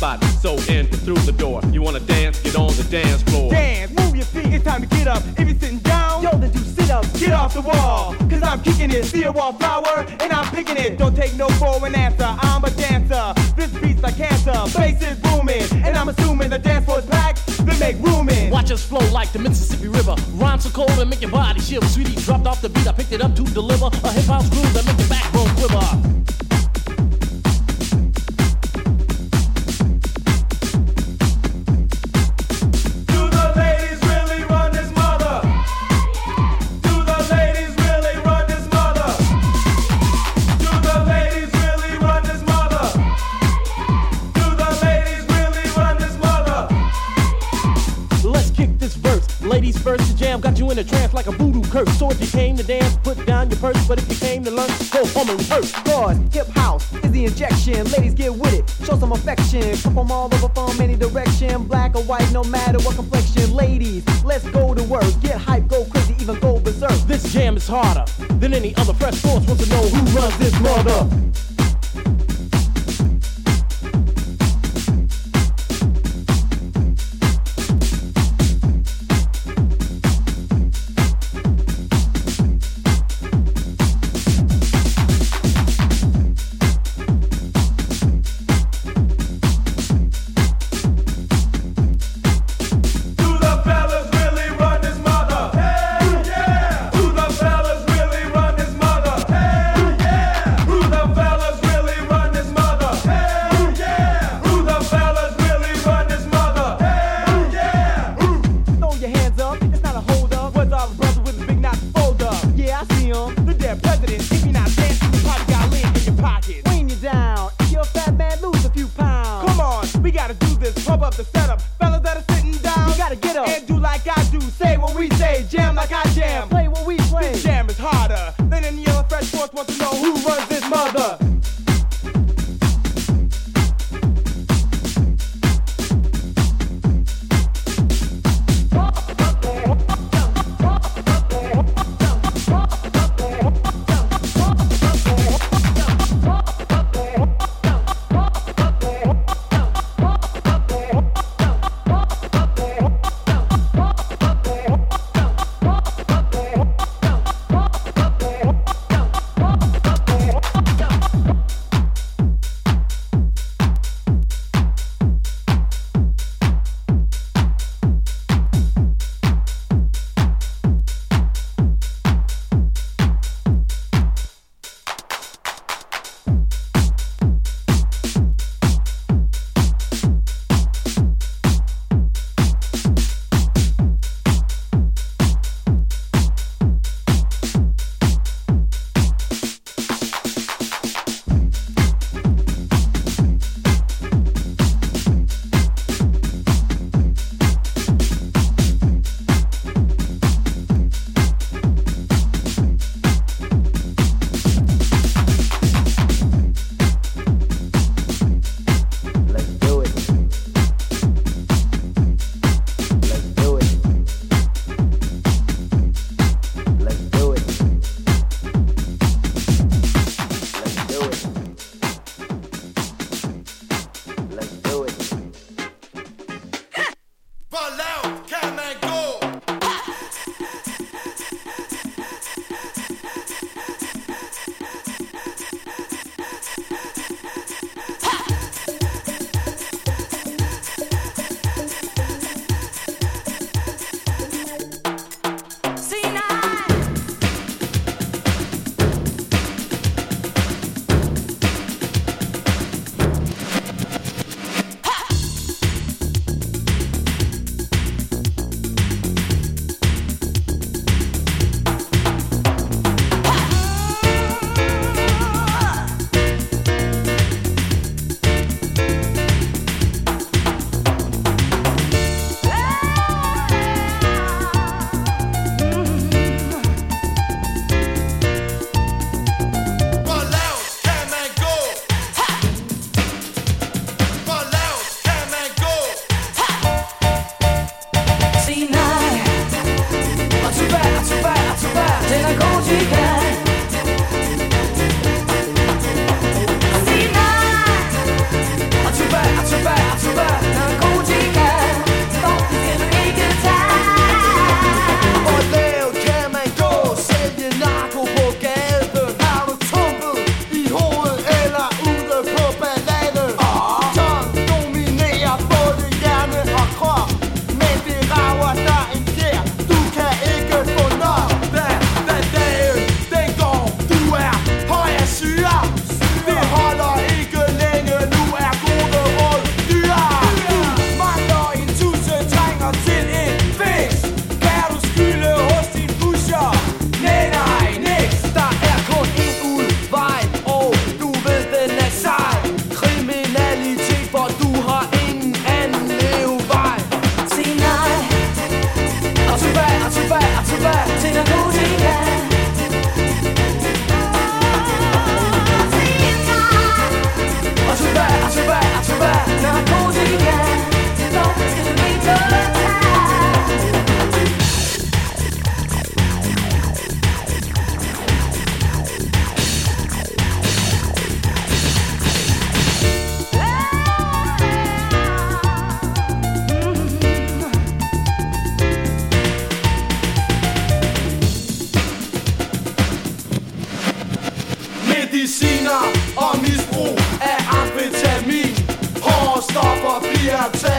everybody so in and through the door. You wanna dance, get on the dance floor. Dance, move your feet, it's time to get up. If you're sitting down, yo, then do sit-ups, get off the wall. Cause I'm kicking it, see a wallflower, and I'm picking it. Don't take no for an answer, I'm a dancer. This beat's like cancer, bass is booming. And I'm assuming the dance floor's packed, then make room in. Watch us flow like the Mississippi River. Rhymes so cold and make your body shiver. Sweetie dropped off the beat, I picked it up to deliver a hip-hop groove that make your backbone quiver. Ladies first, the jam got you in a trance like a voodoo curse. So if you came to dance, put down your purse. But if you came to learn, go home and rehearse. Cause hip house is the injection. Ladies get with it, show some affection. Perform all over from any direction. Black or white, no matter what complexion. Ladies, let's go to work. Get hype, go crazy, even go berserk. This jam is harder than any other. Fresh Force wants to know who runs this mother.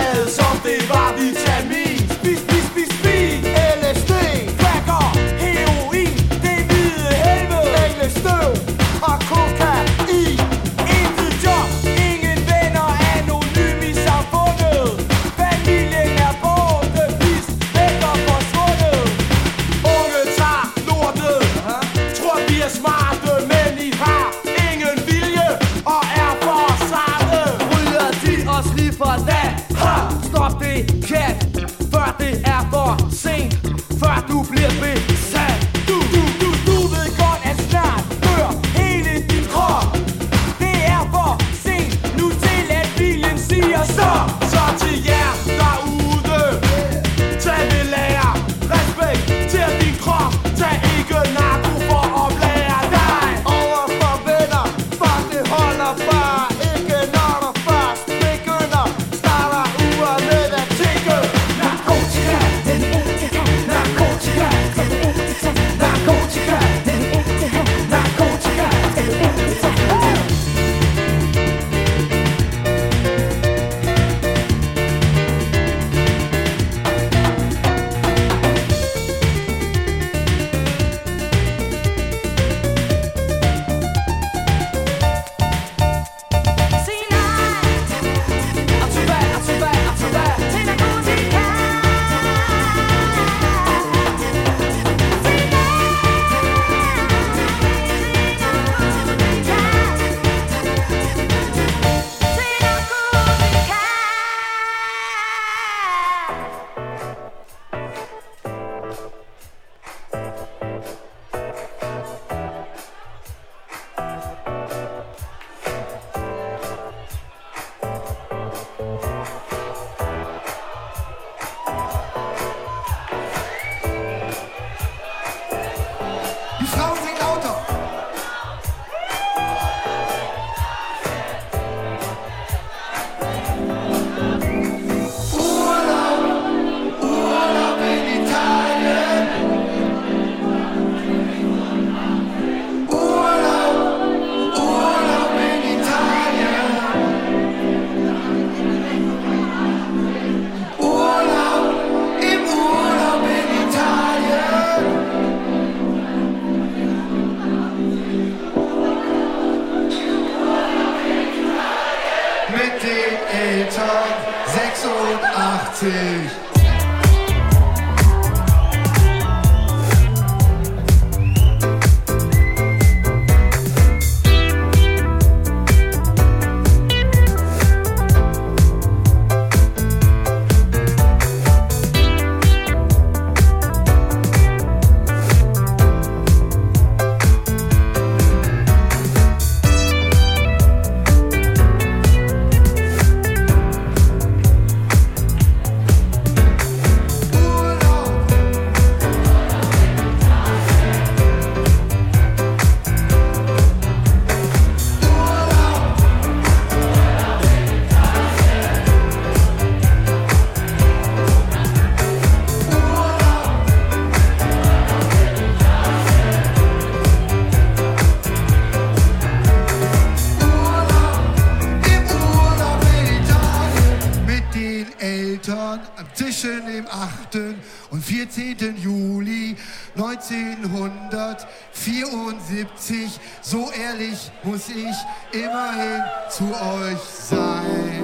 havde som det var vitamin. Spis, spis, spis, spis. L S D, cracker, heroin, det hvide helvede. Englestøv og kokain. Intet job, ingen venner, anonym i samfundet. Familien er borte, vis, væk og forsvundet. Unge tager lortet, tror de er smarte, men I har ingen vilje og er for sarte. Ryger de os lige for land, ha, stop det, kat, før det er for sent, før du bliver besat. Du, du, du, du ved godt, at snart dør hele din krop. Det er for sent nu til, at bilen siger stop. Så til jer derude, tag ved lære, respekter din krop, tag ikke narko for at blære dig. Over for venner, for det holder bare ikke, når der først begynder. Starter uger med at tænke narkotika, narkotika, narkotika, narkotika. Die Frauen sind lauter. Urlaub, Urlaub in Italien. Urlaub, Urlaub in Italien. Urlaub, im Urlaub in Italien. Mit den Eltern sechsundachtzig. Zwischen dem achten und vierzehnten Juli neunzehnhundertvierundsiebzig, so ehrlich muss ich immerhin zu euch sein.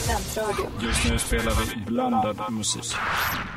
Studentradio. Just nu spelar vi blandad musik.